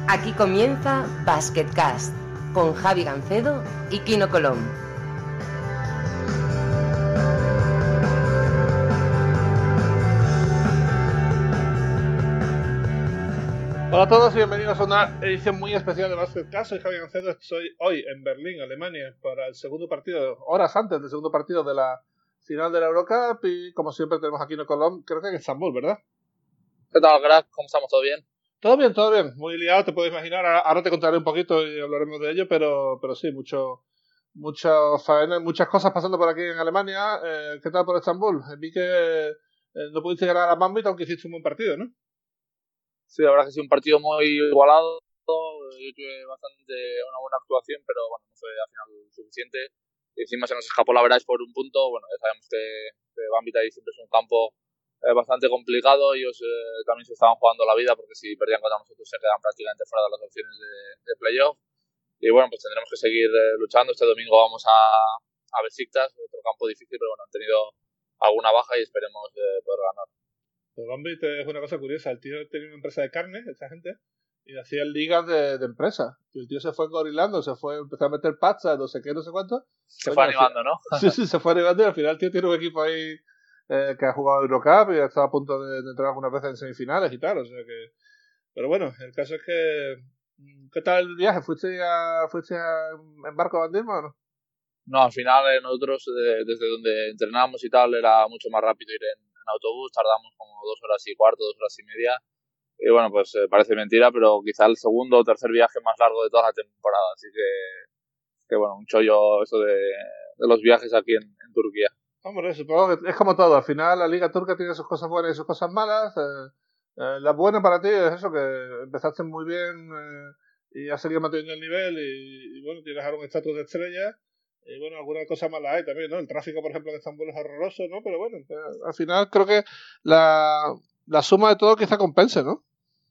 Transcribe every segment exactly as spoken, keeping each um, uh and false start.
Aquí comienza Basketcast con Javi Gancedo y Kino Colom. Hola a todos y bienvenidos a una edición muy especial de Basketcast. Soy Javi Gancedo, estoy hoy en Berlín, Alemania, para el segundo partido, horas antes del segundo partido de la final de la Eurocup, y como siempre tenemos aquí en Colom, creo que en Estambul, ¿verdad? ¿Qué tal, crack? ¿Cómo estamos? ¿Todo bien? Todo bien, todo bien. Muy liado, te puedes imaginar. Ahora, ahora te contaré un poquito y hablaremos de ello, pero, pero sí, mucho, mucho faena, muchas cosas pasando por aquí en Alemania. Eh, ¿Qué tal por Estambul? Vi que eh, no pudiste ganar a Bambit, aunque hiciste un buen partido, ¿no? Sí, la verdad que ha sido un partido muy igualado. Yo tuve bastante una buena actuación, pero bueno, no fue al final suficiente. Y encima se nos escapó la verdad por un punto. Bueno, ya sabemos que, que Bambit ahí siempre es un campo eh, bastante complicado. Ellos eh, también se estaban jugando la vida porque si perdían contra nosotros se quedan prácticamente fuera de las opciones de, de playoff. Y bueno, pues tendremos que seguir eh, luchando. Este domingo vamos a, a Besiktas, otro campo difícil, pero bueno, han tenido alguna baja y esperemos eh, poder ganar. Pues Bambit es una cosa curiosa. El tío tenía una empresa de carne, esa gente, y hacía ligas de, de empresas. Y el tío se fue engorilando, se fue, empezó a meter pazza, no sé qué, no sé cuánto. Se fue animando, ¿no? Sí, sí, se fue animando y al final el tío tiene un equipo ahí eh, que ha jugado Eurocup y ha estado a punto de, de entrar algunas veces en semifinales y tal, o sea que... Pero bueno, el caso es que... ¿Qué tal el viaje? ¿Fuiste a, fuiste a, en barco a Bandirma o no? No, al final eh, nosotros eh, desde donde entrenamos y tal era mucho más rápido ir en, en autobús, tardamos como dos horas y cuarto, dos horas y media. Y bueno, pues eh, parece mentira, pero quizá el segundo o tercer viaje más largo de toda la temporada. Así que, que bueno, un chollo eso de, de los viajes aquí en, en Turquía. Hombre, supongo que es como todo. Al final la Liga Turca tiene sus cosas buenas y sus cosas malas. Eh, eh, la buena para ti es eso, que empezaste muy bien eh, y has seguido manteniendo el nivel y, y bueno, tienes ahora un estatus de estrella. Y bueno, alguna cosa mala hay también, ¿no? El tráfico, por ejemplo, en Estambul es horroroso, ¿no? Pero bueno, eh, al final creo que la, la suma de todo quizá compense, ¿no?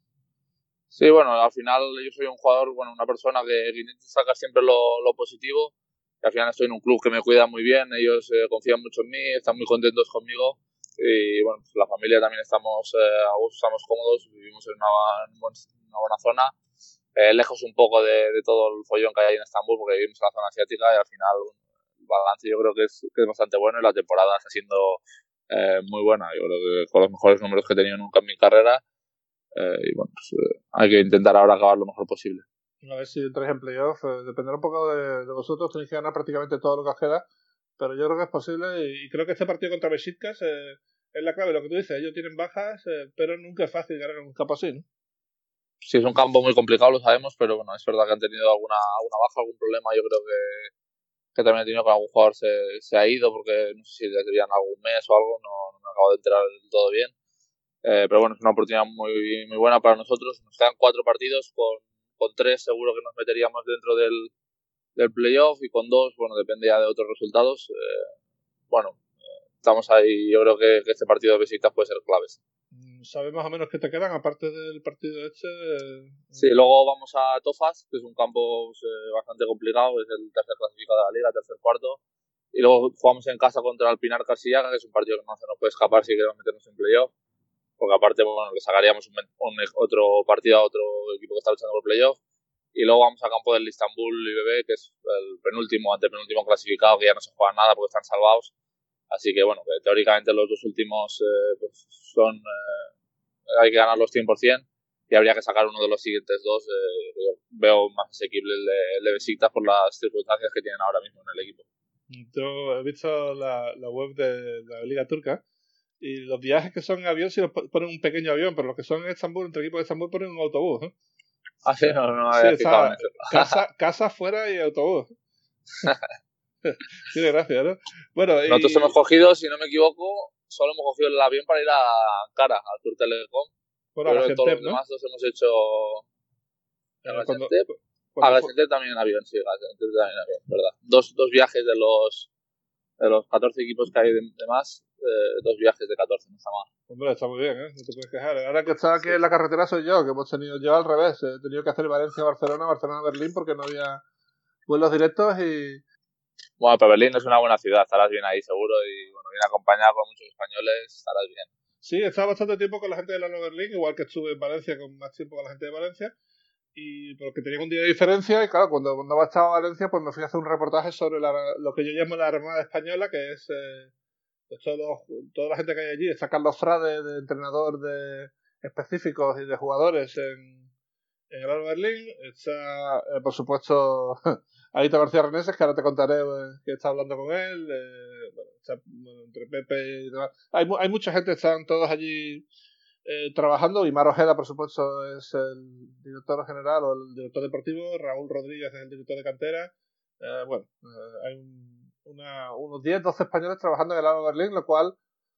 Sí, bueno, al final yo soy un jugador, bueno, una persona que, que intenta sacar siempre lo, lo positivo. Y al final estoy en un club que me cuida muy bien, ellos eh, confían mucho en mí, están muy contentos conmigo. Y bueno, pues la familia también estamos eh, a gusto, estamos cómodos, vivimos en una, en una buena zona, eh, lejos un poco de, de todo el follón que hay en Estambul, porque vivimos en la zona asiática y al final el balance yo creo que es, que es bastante bueno y la temporada está siendo eh, muy buena. Yo creo que con los mejores números que he tenido nunca en mi carrera. Eh, y bueno, pues eh, hay que intentar ahora acabar lo mejor posible. A ver si entráis en playoff, eh, dependerá un poco de, de vosotros, tenéis que ganar prácticamente todo lo que os queda, pero yo creo que es posible y, y creo que este partido contra Besiktas eh, es la clave, lo que tú dices, ellos tienen bajas, eh, pero nunca es fácil ganar en un campo así, ¿no? Sí, es un campo muy complicado, lo sabemos, pero bueno, es verdad que han tenido alguna, alguna baja, algún problema, yo creo que, que también ha tenido que algún jugador se, se ha ido porque no sé si le querían algún mes o algo, no, no me acabo de enterar del todo bien. Eh, pero bueno, es una oportunidad muy, muy buena para nosotros. Nos quedan cuatro partidos, con, con tres seguro que nos meteríamos dentro del, del playoff y con dos, bueno, depende ya de otros resultados. Eh, bueno, eh, estamos ahí, yo creo que, que este partido de Besiktas puede ser clave. ¿Sabes más o menos qué te quedan aparte del partido este? Eh... Sí, luego vamos a Tofas, que es un campo pues, eh, bastante complicado, es el tercer clasificado de la liga, tercer cuarto. Y luego jugamos en casa contra el Pinar Casillaga, que es un partido que no se nos puede escapar si queremos meternos en playoff. Porque aparte, bueno, le sacaríamos un, un, otro partido a otro equipo que está luchando por playoff. Y luego vamos a campo del Istanbul I B B, que es el penúltimo, antepenúltimo clasificado, que ya no se juega nada porque están salvados. Así que, bueno, que teóricamente los dos últimos eh, pues son... Eh, hay que ganarlos cien por ciento y habría que sacar uno de los siguientes dos. Eh, yo veo más asequible el de, el de Besiktas por las circunstancias que tienen ahora mismo en el equipo. Yo he visto la, la web de la Liga Turca y los viajes que son en avión sí los ponen un pequeño avión, pero los que son en Estambul, entre equipos de Estambul, ponen un autobús, ¿eh? Ah, sí, no, no me había sí, fijado en eso. Casa, casa fuera y autobús. Tiene gracia, ¿no? Bueno, y... Nosotros hemos cogido, si no me equivoco, solo hemos cogido el avión para ir a Ankara, al Tour Telecom. Bueno, pero a todos los ¿no? demás los hemos hecho a eh, cuando, a Gaziantep también en avión, sí, Gaziantep también en avión, verdad. Dos, dos viajes de los de los catorce equipos que hay de, de más, eh, dos viajes de catorce, no está mal. Hombre, está muy bien, ¿eh? No te puedes quejar. Ahora que está aquí sí. en la carretera soy yo, que hemos tenido yo al revés. He tenido que hacer Valencia-Barcelona, Barcelona-Berlín, porque no había vuelos directos y... Bueno, pero Berlín es una buena ciudad, estarás bien ahí seguro y bueno, bien acompañado con muchos españoles, estarás bien. Sí, he estado bastante tiempo con la gente de Lano Berlín, igual que estuve en Valencia con más tiempo con la gente de Valencia. y porque tenía un día de diferencia, y claro, cuando no estaba en Valencia, pues me fui a hacer un reportaje sobre la, lo que yo llamo la Armada Española, que es eh, pues todo, toda la gente que hay allí. Está Carlos Frade, de entrenador de específicos y de jugadores en, en el Alba Berlín. Está, eh, por supuesto, Aito García Reneses, que ahora te contaré eh, que está hablando con él. Eh, bueno, está, bueno, entre Pepe y demás. Hay, hay mucha gente, están todos allí eh, trabajando. Y Mar Ojeda, por supuesto, es el director general o el director deportivo. Raúl Rodríguez es el director de cantera. Eh, bueno, eh, hay un, una, unos diez, doce españoles trabajando en el Alba Berlín, lo cual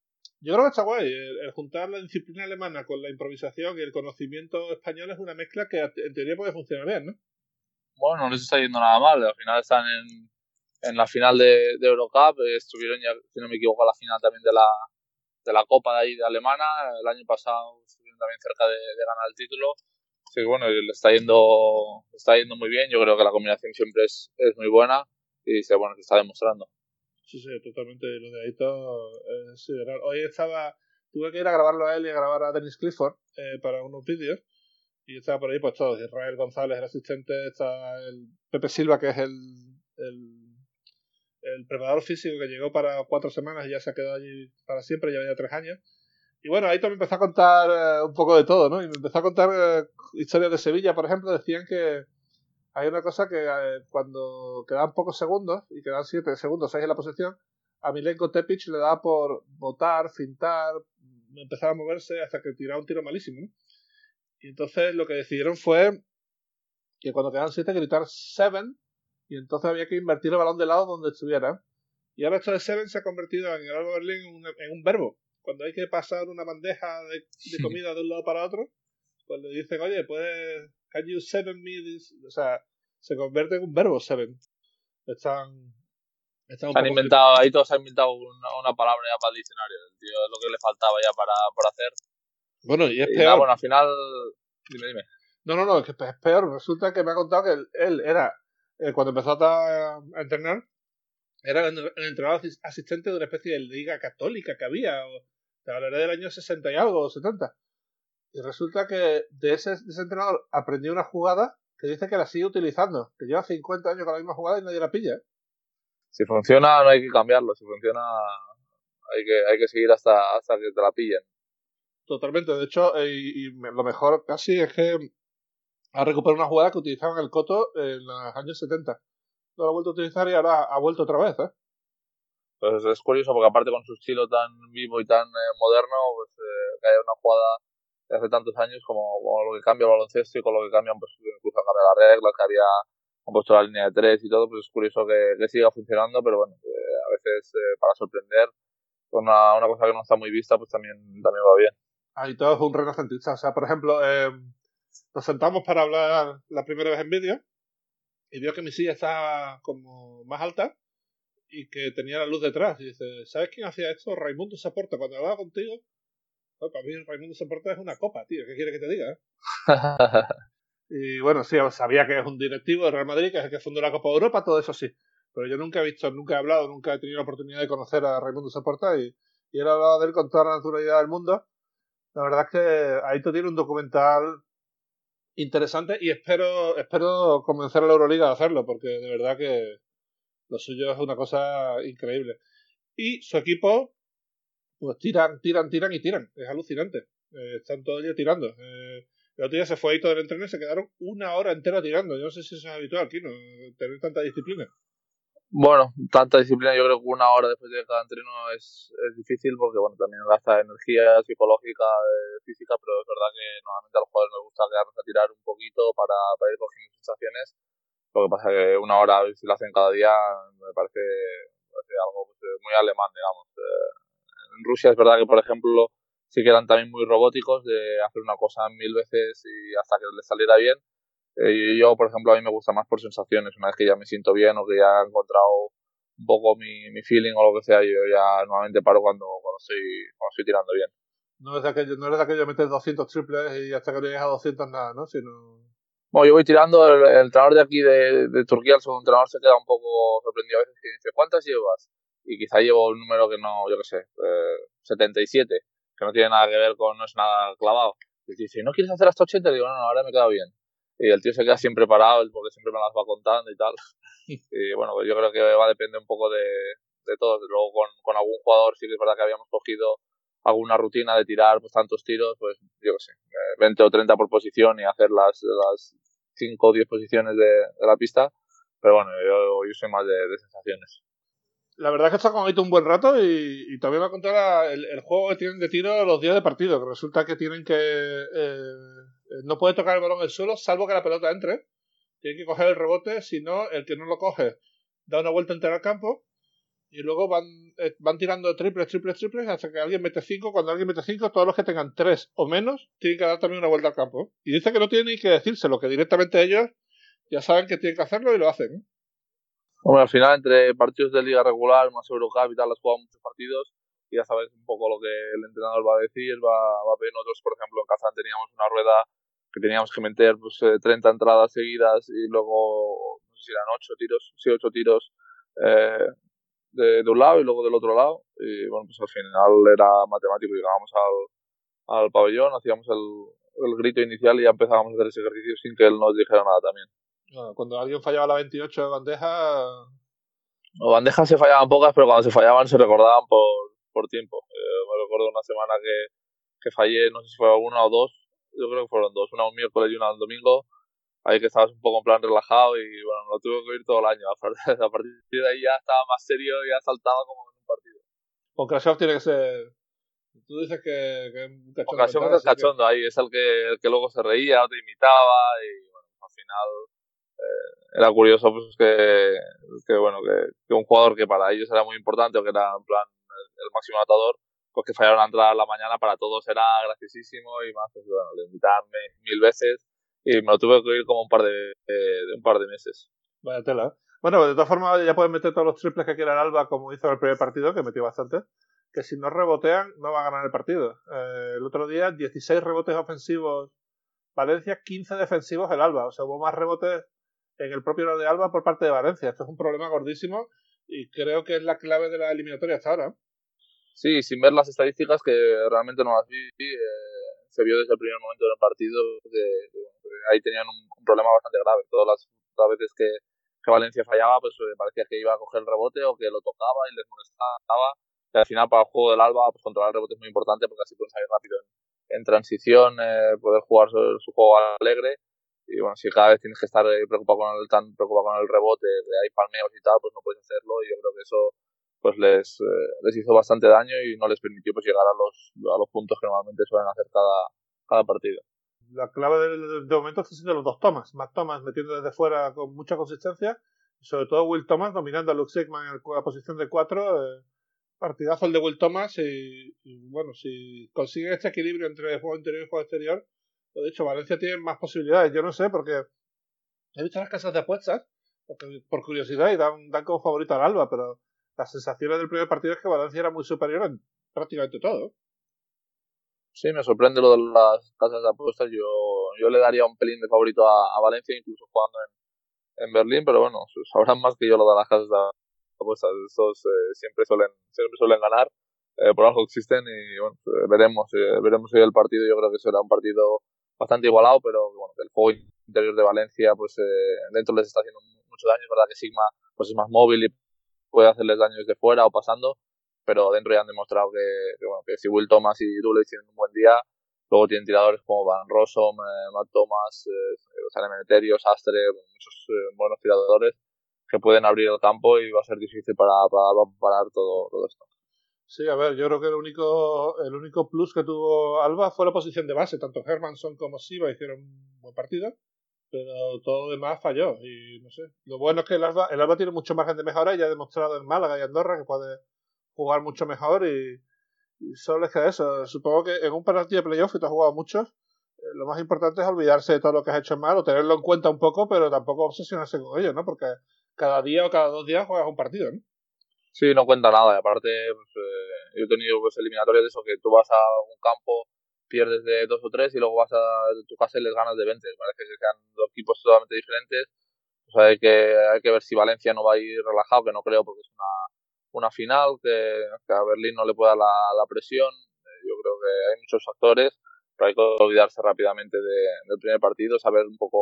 yo creo que está guay. El, el juntar la disciplina alemana con la improvisación y el conocimiento español es una mezcla que en teoría puede funcionar bien, ¿no? Bueno, no les está yendo nada mal. Al final están en, en la final de, de Eurocup. Estuvieron ya, si no me equivoco, a la final también de la, de la Copa de ahí de Alemana. El año pasado estuvieron también cerca de, de ganar el título. Sí, bueno, le está yendo, le está yendo muy bien. Yo creo que la combinación siempre es, es muy buena y se, bueno, se está demostrando. Sí, sí, totalmente. Lo de Aito es sideral. Hoy estaba, tuve que ir a grabarlo a él y a grabar a Dennis Clifford eh, para unos vídeos. Y estaba por ahí pues todos. Israel González, el asistente, está el Pepe Silva, que es el, el, el preparador físico que llegó para cuatro semanas y ya se ha quedado allí para siempre, lleva ya tres años. Y bueno, Aito me empezó a contar eh, un poco de todo, ¿no? Y me empezó a contar eh, historias de Sevilla, por ejemplo. Decían que hay una cosa que eh, cuando quedaban pocos segundos, y quedaban siete segundos, seis en la posición, a Milenko Tepic le daba por botar, fintar, empezar a moverse hasta que tiraba un tiro malísimo, ¿no? Y entonces lo que decidieron fue que cuando quedaban siete gritar seven, y entonces había que invertir el balón de lado donde estuviera. Y ahora esto de seven se ha convertido en el Alba Berlín en un, en un verbo. Cuando hay que pasar una bandeja de, de comida de un lado para otro, pues le dicen, oye, ¿puedes, can you seven me this? O sea, se convierte en un verbo, seven. Están, están un se han poco inventado, ahí todos han inventado una, una palabra ya para el diccionario. El tío, es lo que le faltaba ya para, para hacer. Bueno, y es y peor. Nada, bueno, al final, dime, dime. No, no, no, es que es peor. Resulta que me ha contado que él, él era, eh, cuando empezó a, a entrenar, era el, el entrenador asistente de una especie de liga católica que había. O, te hablaré del año sesenta y algo, o setenta. Y resulta que de ese, de ese entrenador aprendió una jugada que dice que la sigue utilizando, que lleva cincuenta años con la misma jugada y nadie la pilla. Si funciona, no hay que cambiarlo. Si funciona, hay que, hay que seguir hasta, hasta que te la pillen. Totalmente. De hecho, eh, y, y lo mejor casi es que ha recuperado una jugada que utilizaban en el Coto en los años setenta. Lo ha vuelto a utilizar y ahora ha vuelto otra vez, ¿eh? Pues es curioso porque aparte con su estilo tan vivo y tan eh, moderno, pues eh, que haya una jugada de hace tantos años como, como lo que cambia el baloncesto y con lo que cambian, pues incluso han cambiado las reglas, que había han puesto la línea de tres y todo, pues es curioso que, que siga funcionando, pero bueno, eh, a veces eh, para sorprender con una, una cosa que no está muy vista, pues también, también va bien. Ahí todo es un renacentista. O sea, por ejemplo, eh, nos sentamos para hablar la primera vez en vídeo y vio que mi silla estaba como más alta y que tenía la luz detrás. Y dice, ¿sabes quién hacía esto? Raimundo Saporta. Cuando hablaba contigo, pues para mí Raimundo Saporta es una copa, tío. ¿Qué quiere que te diga? ¿Eh? Y bueno, sí, sabía que es un directivo de Real Madrid, que es el que fundó la Copa de Europa, todo eso sí. Pero yo nunca he visto, nunca he hablado, nunca he tenido la oportunidad de conocer a Raimundo Saporta y, y él ha hablado de él con toda la naturalidad del mundo. La verdad es que ahí tú tienes un documental interesante y espero espero convencer a la Euroliga de hacerlo, porque de verdad que lo suyo es una cosa increíble. Y su equipo, pues tiran, tiran, tiran y tiran. Es alucinante. Eh, están todo el día tirando. Eh, el otro día se fue ahí todo el entreno y se quedaron una hora entera tirando. Yo no sé si eso es habitual aquí, ¿no? Tener tanta disciplina. Bueno, tanta disciplina, yo creo que una hora después de cada entreno es, es difícil porque bueno, también gasta energía psicológica, eh, física, pero es verdad que normalmente a los jugadores nos gusta quedarnos a tirar un poquito para, para ir cogiendo sensaciones. Lo que pasa es que una hora, si lo hacen cada día, me parece, me parece algo pues, muy alemán, digamos. Eh, en Rusia es verdad que, por ejemplo, sí que eran también muy robóticos de hacer una cosa mil veces y hasta que les saliera bien. Eh, yo, por ejemplo, a mí me gusta más por sensaciones. Una vez que ya me siento bien o que ya he encontrado un poco mi, mi feeling o lo que sea, yo ya normalmente paro cuando, cuando, estoy, cuando estoy tirando bien. No es de aquello, no eres de aquello de meter doscientos triples y hasta que no llegues a doscientos nada, ¿no? Sino... Bueno, yo voy tirando, el, el entrenador de aquí de, de Turquía, el segundo entrenador, se queda un poco sorprendido a veces que dice, ¿cuántas llevas? Y quizá llevo un número que no, yo qué sé, eh, setenta y siete, que no tiene nada que ver con, no es nada clavado. Y dice, ¿no quieres hacer hasta ochenta? Y digo, no, no, ahora me he quedado bien. y el tío se queda siempre parado porque siempre me las va contando y tal. Y bueno, pues yo creo que va a depender un poco de, de todos. Luego con, con algún jugador sí que es verdad que habíamos cogido alguna rutina de tirar pues tantos tiros, pues yo qué sé, veinte o treinta por posición y hacer las, las cinco o diez posiciones de, de la pista. Pero bueno, yo, yo soy más de, de sensaciones. La verdad es que está con Aito un buen rato y, y también va a contar el, el juego que tienen de tiro los días de partido, que resulta que tienen que eh, no puede tocar el balón en el suelo salvo que la pelota entre, tiene que coger el rebote, si no, el que no lo coge da una vuelta entera al campo y luego van, eh, van tirando triples, triples, triples hasta que alguien mete cinco. Cuando alguien mete cinco, todos los que tengan tres o menos tienen que dar también una vuelta al campo. Y dice que no tienen ni que decírselo, que directamente ellos ya saben que tienen que hacerlo y lo hacen, ¿eh? Bueno, al final entre partidos de liga regular, más Eurocup y tal, has jugado muchos partidos y ya sabes un poco lo que el entrenador va a decir, va, va a ver. Nosotros, por ejemplo, en Kazán teníamos una rueda que teníamos que meter pues, treinta entradas seguidas y luego, no sé si eran ocho tiros, sí, ocho tiros eh, de, de un lado y luego del otro lado. Y bueno, pues al final era matemático, llegábamos al, al pabellón, hacíamos el, el grito inicial y ya empezábamos a hacer ese ejercicio sin que él nos dijera nada también. Cuando alguien fallaba la veintiocho de bandeja... O bandejas se fallaban pocas, pero cuando se fallaban se recordaban por, por tiempo. Eh, me recuerdo una semana que, que fallé, no sé si fue una o dos, yo creo que fueron dos, una un miércoles y una un domingo, ahí que estabas un poco en plan relajado y bueno, lo tuve que ir todo el año. A partir, a partir de ahí ya estaba más serio y ya saltaba como en un partido. Con Krasov tiene que ser... Tú dices que, que es un cachondo. Ocasión es el cachondo que... ahí, es el que, el que luego se reía o te imitaba y bueno, al final eh, era curioso pues que, que bueno que, que un jugador que para ellos era muy importante o que era en plan el, el máximo anotador, pues que fallaron a entrar a la mañana para todos era graciosísimo y más, pues bueno, le invitaban mil veces y me lo tuve que ir como un par de, de, de un par de meses. Vaya tela. Bueno, de todas formas ya pueden meter todos los triples que quiera el Alba como hizo en el primer partido, que metió bastante. Que si no rebotean no va a ganar el partido. Eh, el otro día dieciséis rebotes ofensivos Valencia, quince defensivos el Alba. O sea, hubo más rebotes en el propio de Alba por parte de Valencia. Esto es un problema gordísimo y creo que es la clave de la eliminatoria hasta ahora. Sí, sin ver las estadísticas, que realmente no las vi, eh, se vio desde el primer momento del partido que, que, que ahí tenían un, un problema bastante grave. Todas las, todas las veces que, que Valencia fallaba, pues eh, parecía que iba a coger el rebote o que lo tocaba y les molestaba. Y al final para el juego del Alba, pues controlar el rebote es muy importante porque así pueden salir rápido en, en transición, eh, poder jugar su, su juego alegre. Y bueno, si cada vez tienes que estar eh, preocupado con el tan preocupado con el rebote, de hay palmeos y tal, pues no puedes hacerlo. Y yo creo que eso pues les, eh, les hizo bastante daño y no les permitió pues llegar a los, a los puntos que normalmente suelen hacer cada, cada partido. La clave de, de momento está siendo los dos Thomas. Matt Thomas metiendo desde fuera con mucha consistencia y sobre todo Will Thomas dominando a Luke Sigman en la posición de cuatro. Eh, partidazo el de Will Thomas y, y bueno, si consiguen este equilibrio entre el juego interior y el juego exterior, lo dicho, Valencia tiene más posibilidades. Yo no sé, porque he visto las casas de apuestas porque, por curiosidad y dan, dan como favorito al Alba, pero las sensaciones del primer partido es que Valencia era muy superior en prácticamente todo. Sí, me sorprende lo de las casas de apuestas. Yo, yo le daría un pelín de favorito a, a Valencia, incluso jugando en, en Berlín, pero bueno, sabrán más que yo lo de las casas de apuestas. Estos eh, siempre suelen siempre suelen ganar, eh, por algo existen y bueno, eh, veremos eh, veremos hoy el partido. Yo creo que será un partido bastante igualado, pero bueno, el juego interior de Valencia pues eh, dentro les está haciendo mucho daño. Es verdad que Sigma pues es más móvil y puede hacerles daño desde fuera o pasando, pero dentro ya han demostrado que, que, bueno, que si Will Thomas y Dulles tienen un buen día, luego tienen tiradores como Van Rossum, eh, Matt Thomas, eh, San Emeterio, Sastre, muchos eh, buenos tiradores que pueden abrir el campo y va a ser difícil para, para, para parar todo, todo esto. Sí, a ver, yo creo que el único el único plus que tuvo Alba fue la posición de base. Tanto Hermanson como Siva hicieron un buen partido, pero todo lo demás falló. Y no sé, lo bueno es que el Alba, el Alba tiene mucho margen de mejora y ya ha demostrado en Málaga y Andorra que puede jugar mucho mejor y, y solo es que eso. Supongo que en un partido de playoff, que tú has jugado muchos, eh, lo más importante es olvidarse de todo lo que has hecho mal o tenerlo en cuenta un poco, pero tampoco obsesionarse con ello, ¿no? Porque cada día o cada dos días juegas un partido, ¿no? Sí, no cuenta nada. Y aparte, pues, eh, yo he tenido pues, eliminatorias de eso, que tú vas a un campo, pierdes de dos o tres y luego vas a tu casa y les ganas de veinte. Parece que sean dos equipos totalmente diferentes. Pues hay que, hay que ver si Valencia no va a ir relajado, que no creo porque es una, una final, que, que a Berlín no le pueda la, la presión. Eh, yo creo que hay muchos factores, pero hay que olvidarse rápidamente de, del primer partido, saber un poco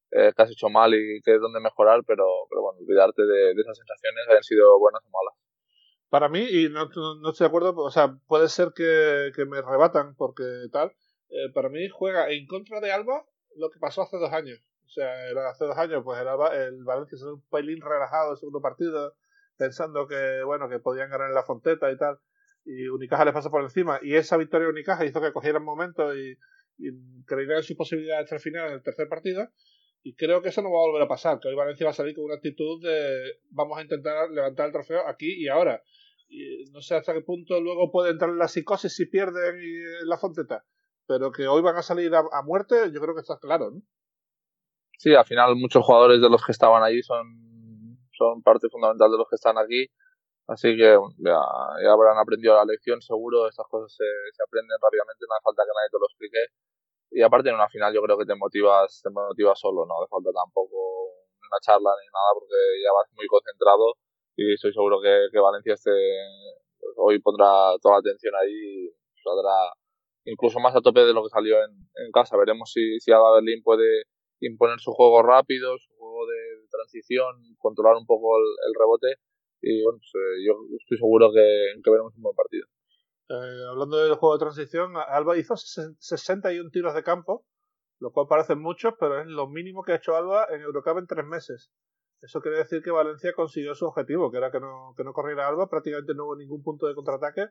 eh, qué has hecho mal y qué es donde mejorar, pero, pero bueno, olvidarte de, de esas sensaciones, hayan sido buenas o malas. Para mí, y no, no, no estoy de acuerdo, o sea, puede ser que, que me rebatan porque tal, eh, para mí juega en contra de Alba lo que pasó hace dos años. O sea, era, hace dos años pues el, Alba, el Valencia se ve un pelín relajado el segundo partido, pensando que, bueno, que podían ganar en la Fonteta y tal, y Unicaja les pasa por encima, y esa victoria de Unicaja hizo que cogieran momento y, y creyeran en sus posibilidades hasta el final en el tercer partido. Y creo que eso no va a volver a pasar, que hoy Valencia va a salir con una actitud de vamos a intentar levantar el trofeo aquí y ahora. Y no sé hasta qué punto luego puede entrar en la psicosis si pierden y, la Fonteta, pero que hoy van a salir a, a muerte, yo creo que está claro, ¿no? Sí, al final muchos jugadores de los que estaban allí son, son parte fundamental de los que están aquí, así que ya, ya habrán aprendido la lección, seguro, estas cosas se, se aprenden rápidamente, no hace falta que nadie te lo explique. Y aparte en una final yo creo que te motivas, te motivas solo, no hace falta tampoco una charla ni nada porque ya vas muy concentrado y estoy seguro que, que Valencia este, hoy pondrá toda la atención ahí y saldrá incluso más a tope de lo que salió en, en casa. Veremos si, si Alba Berlín puede imponer su juego rápido, su juego de, de transición, controlar un poco el, el rebote y bueno, pues, eh, yo estoy seguro que, que veremos un buen partido. Eh, hablando del juego de transición, Alba hizo sesenta y uno tiros de campo, lo cual parecen muchos, pero es lo mínimo que ha hecho Alba en Eurocup en tres meses. Eso quiere decir que Valencia consiguió su objetivo, que era que no, que no corriera Alba, prácticamente no hubo ningún punto de contraataque.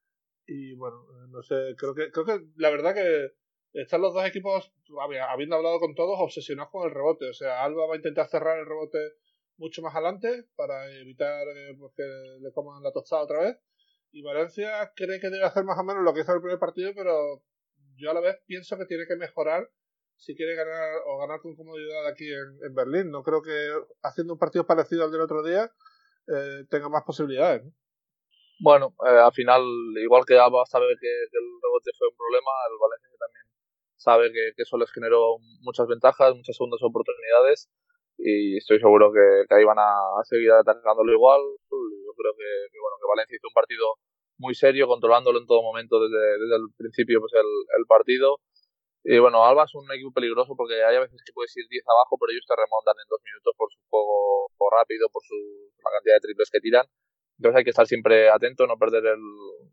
Y bueno, no sé, creo que, creo que la verdad que están los dos equipos, habiendo hablado con todos, obsesionados con el rebote. O sea, Alba va a intentar cerrar el rebote mucho más adelante para evitar eh, pues que le coman la tostada otra vez. Y Valencia cree que debe hacer más o menos lo que hizo en el primer partido, pero yo a la vez pienso que tiene que mejorar si quiere ganar o ganar con comodidad aquí en, en Berlín. No creo que haciendo un partido parecido al del otro día eh, tenga más posibilidades, ¿no? Bueno, eh, al final, igual que Alba sabe que, que el rebote fue un problema, el Valencia también sabe que, que eso les generó muchas ventajas, muchas segundas oportunidades y estoy seguro que, que ahí van a seguir atacándolo igual. Yo creo que, que, bueno, que Valencia hizo un partido muy serio, controlándolo en todo momento desde, desde el principio pues el, el partido. Y bueno, Alba es un equipo peligroso porque hay a veces que puedes ir diez abajo, pero ellos te remontan en dos minutos por su juego rápido, por su, la cantidad de triples que tiran. Entonces hay que estar siempre atento, no perder el,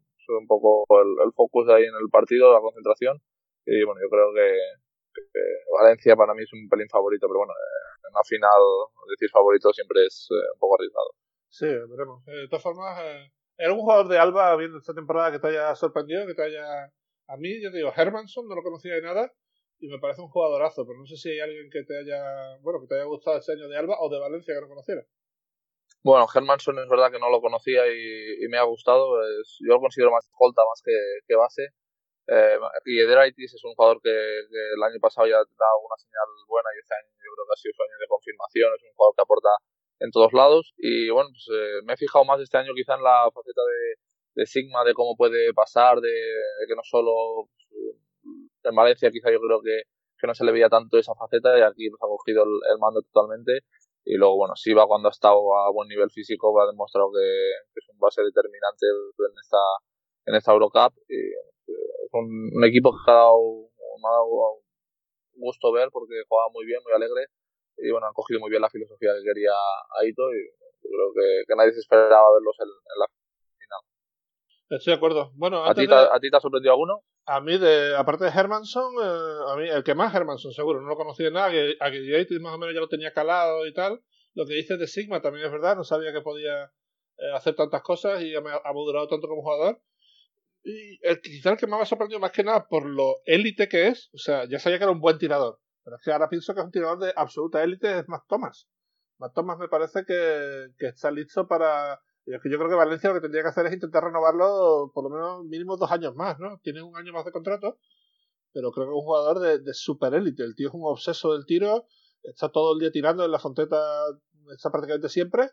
un poco el, el focus ahí en el partido, la concentración. Y bueno, yo creo que, que Valencia para mí es un pelín favorito, pero bueno, eh, en una final decir favorito siempre es eh, un poco arriesgado. Sí, veremos. Eh, de todas formas, eh, ¿hay algún jugador de Alba viendo esta temporada que te haya sorprendido, que te haya... A mí, yo te digo, Hermanson no lo conocía de nada y me parece un jugadorazo, pero no sé si hay alguien que te haya, bueno, que te haya gustado este año de Alba o de Valencia que no conociera. Bueno, Hermanson es verdad que no lo conocía y, y me ha gustado. Es, yo lo considero más escolta más que, que base. Eh, y Edraitis es un jugador que, que el año pasado ya da una señal buena y este año yo creo que ha sido su año de confirmación. Es un jugador que aporta en todos lados. Y bueno, pues eh, me he fijado más este año quizá en la faceta de, de Sigma, de cómo puede pasar, de, de que no solo pues, en Valencia quizá yo creo que, que no se le veía tanto esa faceta y aquí nos ha cogido el, el mando totalmente. Y luego, bueno, Siva cuando ha estado a buen nivel físico ha demostrado que, que es un base determinante en esta, en esta Eurocup. Y es un, un equipo que ha dado, me ha dado gusto ver porque jugaba muy bien, muy alegre. Y bueno, han cogido muy bien la filosofía que quería Aito y yo creo que, que nadie se esperaba verlos en, en la final. Estoy de acuerdo. Bueno, ¿A ti, antes te, de... ¿A ti te ha sorprendido alguno? A mí, de, aparte de Hermanson, eh, a mí el que más Hermanson, seguro, no lo conocí de nada, que a que más o menos ya lo tenía calado y tal. Lo que dices de Sigma también es verdad, no sabía que podía eh, hacer tantas cosas y me ha, ha madurado tanto como jugador. Y el, quizá el que más me ha sorprendido más que nada por lo élite que es, o sea, ya sabía que era un buen tirador, pero es que ahora pienso que es un tirador de absoluta élite, es Matt Thomas. Matt Thomas me parece que, que está listo para... Y es que yo creo que Valencia lo que tendría que hacer es intentar renovarlo por lo menos mínimo dos años más, ¿no? Tiene un año más de contrato, pero creo que es un jugador de, de super élite. El tío es un obseso del tiro, está todo el día tirando en la Fonteta, está prácticamente siempre,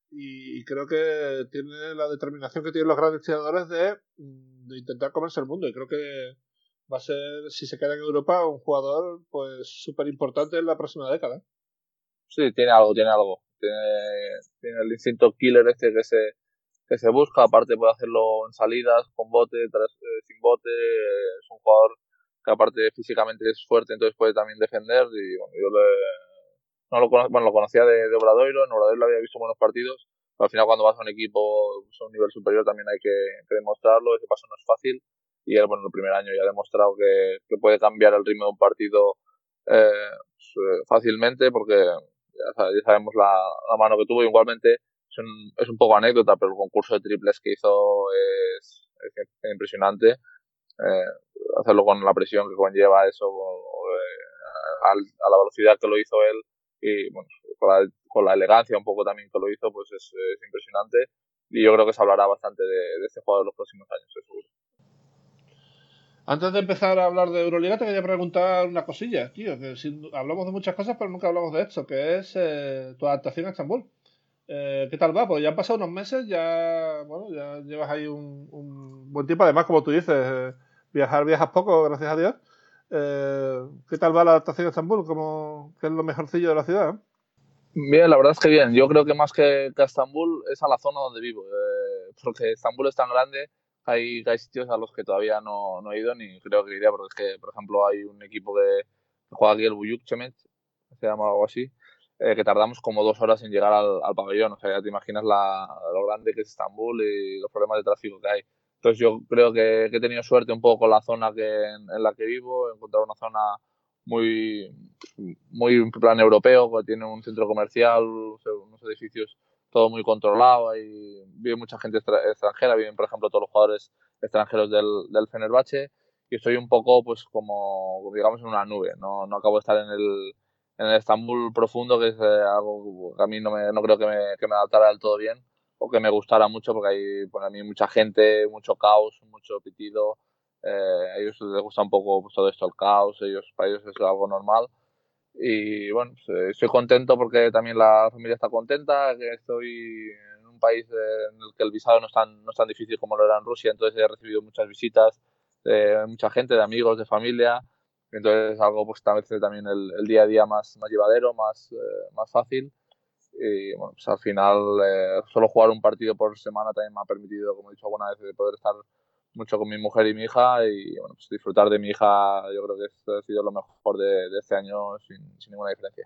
y creo que tiene la determinación que tienen los grandes tiradores de, de intentar comerse el mundo. Y creo que va a ser, si se queda en Europa, un jugador pues súper importante en la próxima década. Sí, tiene algo, tiene algo. Tiene, tiene el instinto killer este que se, que se busca. Aparte puede hacerlo en salidas, con bote, tras, eh, sin bote. Es un jugador que aparte físicamente es fuerte, entonces puede también defender. Y bueno, yo le, no lo, bueno, lo conocía de, de Obradoiro, en Obradoiro había visto buenos partidos, pero al final cuando vas a un equipo pues, a un nivel superior también hay que, que demostrarlo, ese paso no es fácil, y él, bueno, el primer año ya ha demostrado que, que puede cambiar el ritmo de un partido eh, fácilmente, porque ya, ya sabemos la, la mano que tuvo. Igualmente es un, es un poco anécdota, pero el concurso de triples que hizo es, es impresionante. Eh, hacerlo con la presión que conlleva eso, eh, a, a la velocidad que lo hizo él y bueno, con la, con la elegancia un poco también que lo hizo, pues es, es impresionante, y yo creo que se hablará bastante de, de este jugador en los próximos años, seguro. Antes de empezar a hablar de Euroliga, te quería preguntar una cosilla, tío, que si, hablamos de muchas cosas, pero nunca hablamos de esto, que es eh, tu adaptación a Estambul. Eh, ¿Qué tal va? Pues ya han pasado unos meses, ya, bueno, ya llevas ahí un, un buen tiempo, además, como tú dices, eh, viajar, viajas poco, gracias a Dios. Eh, ¿Qué tal va la adaptación a Estambul? ¿Cómo, ¿Qué es lo mejorcillo de la ciudad? Bien, la verdad es que bien. Yo creo que más que, que a Estambul es a la zona donde vivo, eh, porque Estambul es tan grande, hay, hay sitios a los que todavía no, no he ido ni creo que iría, porque es que, por ejemplo, hay un equipo que, que juega aquí, el Buyuk-Çemet, se llama algo así, eh, que tardamos como dos horas en llegar al, al pabellón. O sea, ya te imaginas la, lo grande que es Estambul y los problemas de tráfico que hay. Entonces yo creo que, que he tenido suerte un poco con la zona que, en, en la que vivo, he encontrado una zona muy, muy en plan europeo, que tiene un centro comercial, unos edificios todo muy controlado, hay, vive mucha gente extra, extranjera, viven por ejemplo todos los jugadores extranjeros del, del Fenerbahce, y estoy un poco pues como digamos en una nube, no, no acabo de estar en el, en el Estambul profundo, que es eh, algo que a mí no, me, no creo que me, que me adaptara del todo bien o que me gustara mucho, porque hay pues, a mí mucha gente, mucho caos, mucho pitido. Eh, a ellos les gusta un poco pues, todo esto, el caos, ellos, para ellos es algo normal. Y bueno, pues, eh, estoy contento porque también la familia está contenta, que estoy en un país eh, en el que el visado no es tan, no es tan difícil como lo era en Rusia, entonces he recibido muchas visitas de mucha gente, de amigos, de familia, entonces es algo pues tal vez también el, el día a día más, más llevadero, más, eh, más fácil. Y bueno, pues al final eh, solo jugar un partido por semana también me ha permitido, como he dicho alguna vez, de poder estar mucho con mi mujer y mi hija, y bueno, pues disfrutar de mi hija. Yo creo que esto ha sido lo mejor de, de este año sin, sin ninguna diferencia.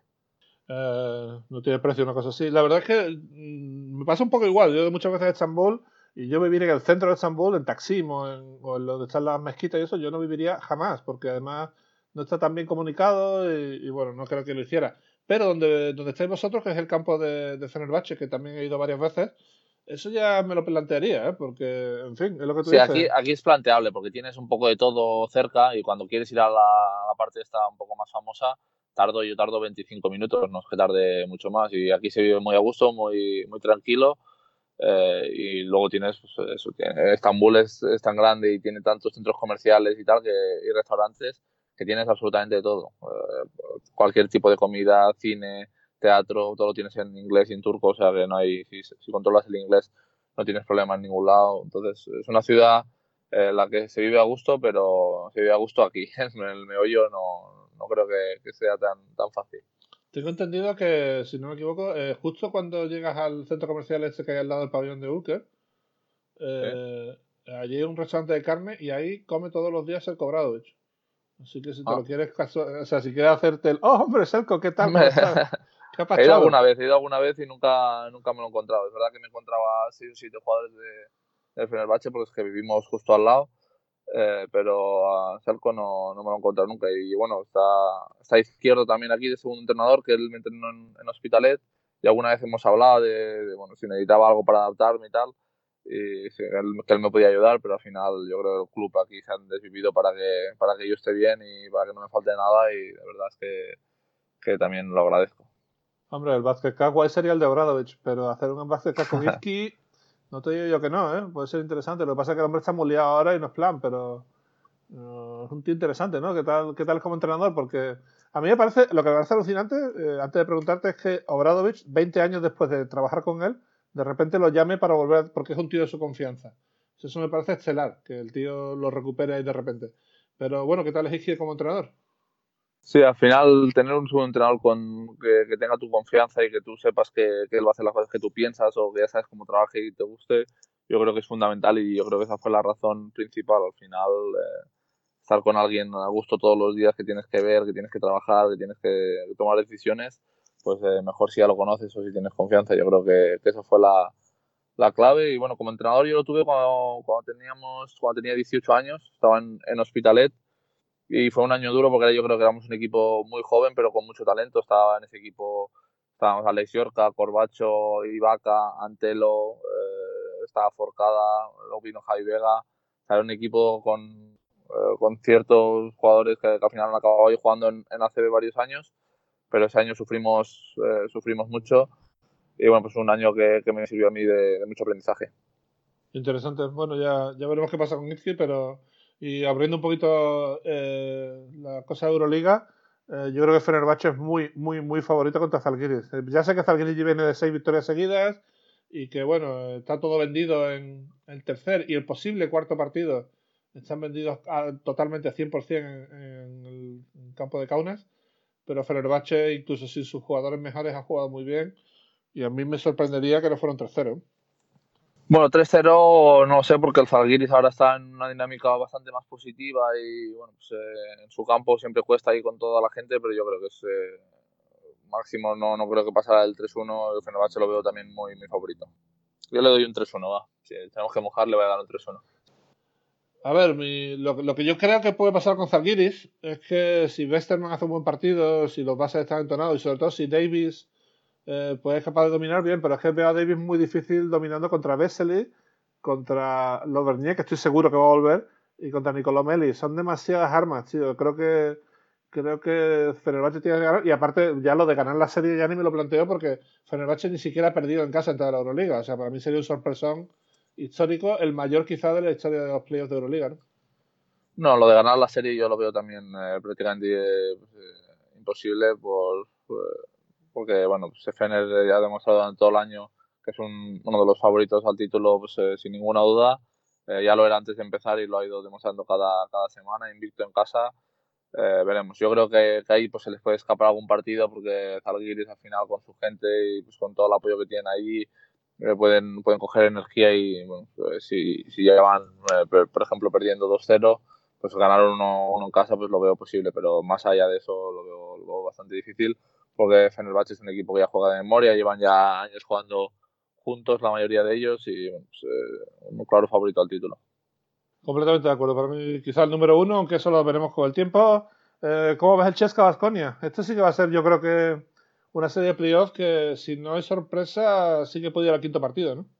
Eh, no tiene precio una cosa así. La verdad es que mmm, me pasa un poco igual. Yo muchas veces a Estambul, y yo vivir en el centro de Estambul, en Taksim o en, o en donde están las mezquitas y eso, yo no viviría jamás, porque además no está tan bien comunicado y, y bueno, no creo que lo hiciera. Pero donde, donde estáis vosotros, que es el campo de, de Fenerbahce, que también he ido varias veces, eso ya me lo plantearía, ¿eh? Porque, en fin, es lo que tú Sí, dices. aquí, aquí es planteable porque tienes un poco de todo cerca, y cuando quieres ir a la, a la parte esta un poco más famosa, tardo yo tardo veinticinco minutos, no es que tarde mucho más, y aquí se vive muy a gusto, muy, muy tranquilo. Eh, y luego tienes, pues, eso, tiene, Estambul es, es tan grande y tiene tantos centros comerciales y tal, que, y restaurantes, que tienes absolutamente todo. Eh, cualquier tipo de comida, cine, teatro, todo lo tienes en inglés y en turco, o sea que no hay, si, si controlas el inglés no tienes problema en ningún lado. Entonces es una ciudad eh, en la que se vive a gusto, pero se vive a gusto aquí. En el meollo no, no creo que, que sea tan, tan fácil. Tengo entendido que, si no me equivoco, eh, justo cuando llegas al centro comercial este que hay al lado del pabellón de Ulker, ¿Sí? eh, allí hay un restaurante de carne y ahí come todos los días el Kobradovich. Así que si te Ah. lo quieres, o sea, si quieres hacerte el, oh, hombre, Selko, ¿qué tal? ¿Cómo estás? ¿Qué ha He ido pasado? alguna vez, he ido alguna vez y nunca, nunca me lo he encontrado. Es verdad que me encontraba seis o siete jugadores de, del Fenerbahce, porque es que vivimos justo al lado, eh, pero a Selko no, no me lo he encontrado nunca. Y bueno, está, está Izquierdo también aquí, de segundo entrenador, que él me entrenó en, en Hospitalet, y alguna vez hemos hablado de, de, bueno, si necesitaba algo para adaptarme y tal, y sí, él, que él me podía ayudar, pero al final yo creo que el club aquí se han desvivido para que, para que yo esté bien y para que no me falte nada, y la verdad es que, que también lo agradezco. Hombre, el Basket Cup guay sería el de Obradovich, pero hacer un Basket Cup con Izki, no te digo yo que no, ¿eh? Puede ser interesante. Lo que pasa es que el hombre está muy liado ahora y no es plan, pero uh, es un tío interesante, ¿no? ¿Qué tal, qué tal como entrenador? Porque a mí me parece, lo que me parece alucinante, eh, antes de preguntarte, es que Obradovich, veinte años después de trabajar con él, de repente lo llame para volver, porque es un tío de su confianza. Eso me parece estelar, que el tío lo recupere ahí de repente. Pero bueno, ¿qué tal es Izki como entrenador? Sí, al final tener un subentrenador con que, que tenga tu confianza y que tú sepas que, que él va a hacer las cosas que tú piensas, o que ya sabes cómo trabaja y te guste, yo creo que es fundamental, y yo creo que esa fue la razón principal. Al final, eh, estar con alguien a gusto todos los días, que tienes que ver, que tienes que trabajar, que tienes que tomar decisiones, pues eh, mejor si ya lo conoces o si tienes confianza. Yo creo que, que esa fue la, la clave. Y bueno, como entrenador yo lo tuve cuando, cuando teníamos cuando tenía dieciocho años, estaba en, en Hospitalet, y fue un año duro porque yo creo que éramos un equipo muy joven pero con mucho talento. Estaba en ese equipo, estábamos Alex Yorca, Corbacho, Ibaka, Antelo, eh, estaba Forcada, luego vino Javi Vega. O sea, era un equipo con, eh, con ciertos jugadores que, que al final han acabado ahí jugando en, en A C B varios años, pero ese año sufrimos, eh, sufrimos mucho. Y bueno, pues un año que, que me sirvió a mí de, de mucho aprendizaje. Interesante. Bueno, ya, ya veremos qué pasa con Izzy, pero y abriendo un poquito eh, la cosa de Euroliga, eh, yo creo que Fenerbahce es muy, muy, muy favorito contra Zalgiris. Eh, ya sé que Zalgiris viene de seis victorias seguidas y que, bueno, está todo vendido en el tercer y el posible cuarto partido. Están vendidos a, totalmente a cien por ciento en, en el campo de Kaunas, pero Fenerbahce, incluso sin sus jugadores mejores, ha jugado muy bien y a mí me sorprendería que no fuera un tres cero. Bueno, tres cero no sé, porque el Zalgiris ahora está en una dinámica bastante más positiva y bueno, pues, eh, en su campo siempre cuesta ir con toda la gente, pero yo creo que es eh, máximo, no, no creo que pasará el tres uno. El Fenerbahce lo veo también muy, muy favorito. Yo le doy un tres uno, va. Si tenemos que mojar, le voy a dar un tres uno. A ver, mi, lo, lo que yo creo que puede pasar con Zalgiris es que si Westerman hace un buen partido, si los bases están entonados y sobre todo si Davis eh, pues es capaz de dominar bien, pero es que veo a Davis muy difícil dominando contra Vesely, contra Lovernier, que estoy seguro que va a volver, y contra Nicolò Melli. Son demasiadas armas, tío. Creo que creo que Fenerbahce tiene que ganar. Y aparte, ya lo de ganar la serie ya ni me lo planteo porque Fenerbahce ni siquiera ha perdido en casa en toda la Euroliga. O sea, para mí sería un sorpresón histórico, el mayor quizá de la historia de los playoffs de Euroliga, ¿no? No, lo de ganar la serie yo lo veo también eh, prácticamente eh, pues, eh, imposible por, por- porque bueno, pues Fener ya ha demostrado durante todo el año que es un, uno de los favoritos al título, pues, eh, sin ninguna duda. Eh, ya lo era antes de empezar y lo ha ido demostrando cada, cada semana, invicto en casa. Eh, veremos. Yo creo que, que ahí pues se les puede escapar algún partido porque Zalgiris al final con su gente y pues con todo el apoyo que tienen ahí eh, pueden, pueden coger energía y bueno, pues, si, si ya van, eh, por, por ejemplo, perdiendo dos cero, pues ganar uno, uno en casa pues lo veo posible, pero más allá de eso lo veo, lo veo bastante difícil porque Fenerbahce es un equipo que ya juega de memoria, llevan ya años jugando juntos la mayoría de ellos y bueno, pues, eh, un claro favorito al título. Completamente de acuerdo. Para mí, quizá el número uno, aunque eso lo veremos con el tiempo. Eh, ¿Cómo ves el Chesca Baskonia? Este sí que va a ser, yo creo que una serie de playoffs que, si no es sorpresa, sí que puede ir al quinto partido, ¿no?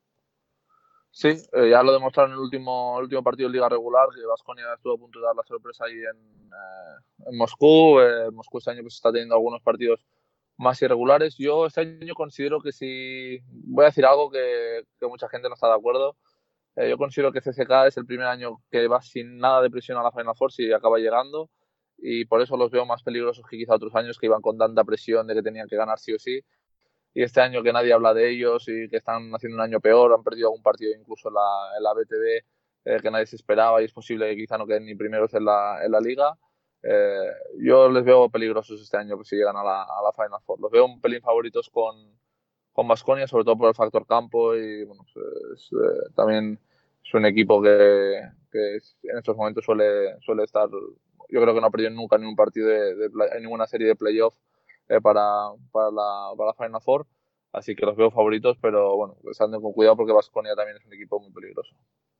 Sí, eh, ya lo demostraron en el último, el último partido de liga regular, que Baskonia estuvo a punto de dar la sorpresa ahí en, eh, en Moscú. Eh, Moscú este año pues está teniendo algunos partidos más irregulares. Yo este año considero que si voy a decir algo que, que mucha gente no está de acuerdo. Eh, yo considero que C S K es el primer año que va sin nada de presión a la Final Four y acaba llegando, y por eso los veo más peligrosos que quizá otros años que iban con tanta presión de que tenían que ganar sí o sí. Y este año que nadie habla de ellos y que están haciendo un año peor, han perdido algún partido incluso en la, en la B T V eh, que nadie se esperaba, y es posible que quizá no queden ni primeros en la, en la liga. Eh, yo les veo peligrosos este año que si llegan a la, a la Final Four. Los veo un pelín favoritos con con Baskonia, sobre todo por el factor campo y bueno, pues, eh, también es un equipo que, que en estos momentos suele, suele estar, yo creo que no ha perdido nunca en un partido de, de play, en ninguna serie de playoff eh, para, para, la, para la Final Four, así que los veo favoritos, pero bueno, pues anden con cuidado porque Baskonia también es un equipo muy peligroso.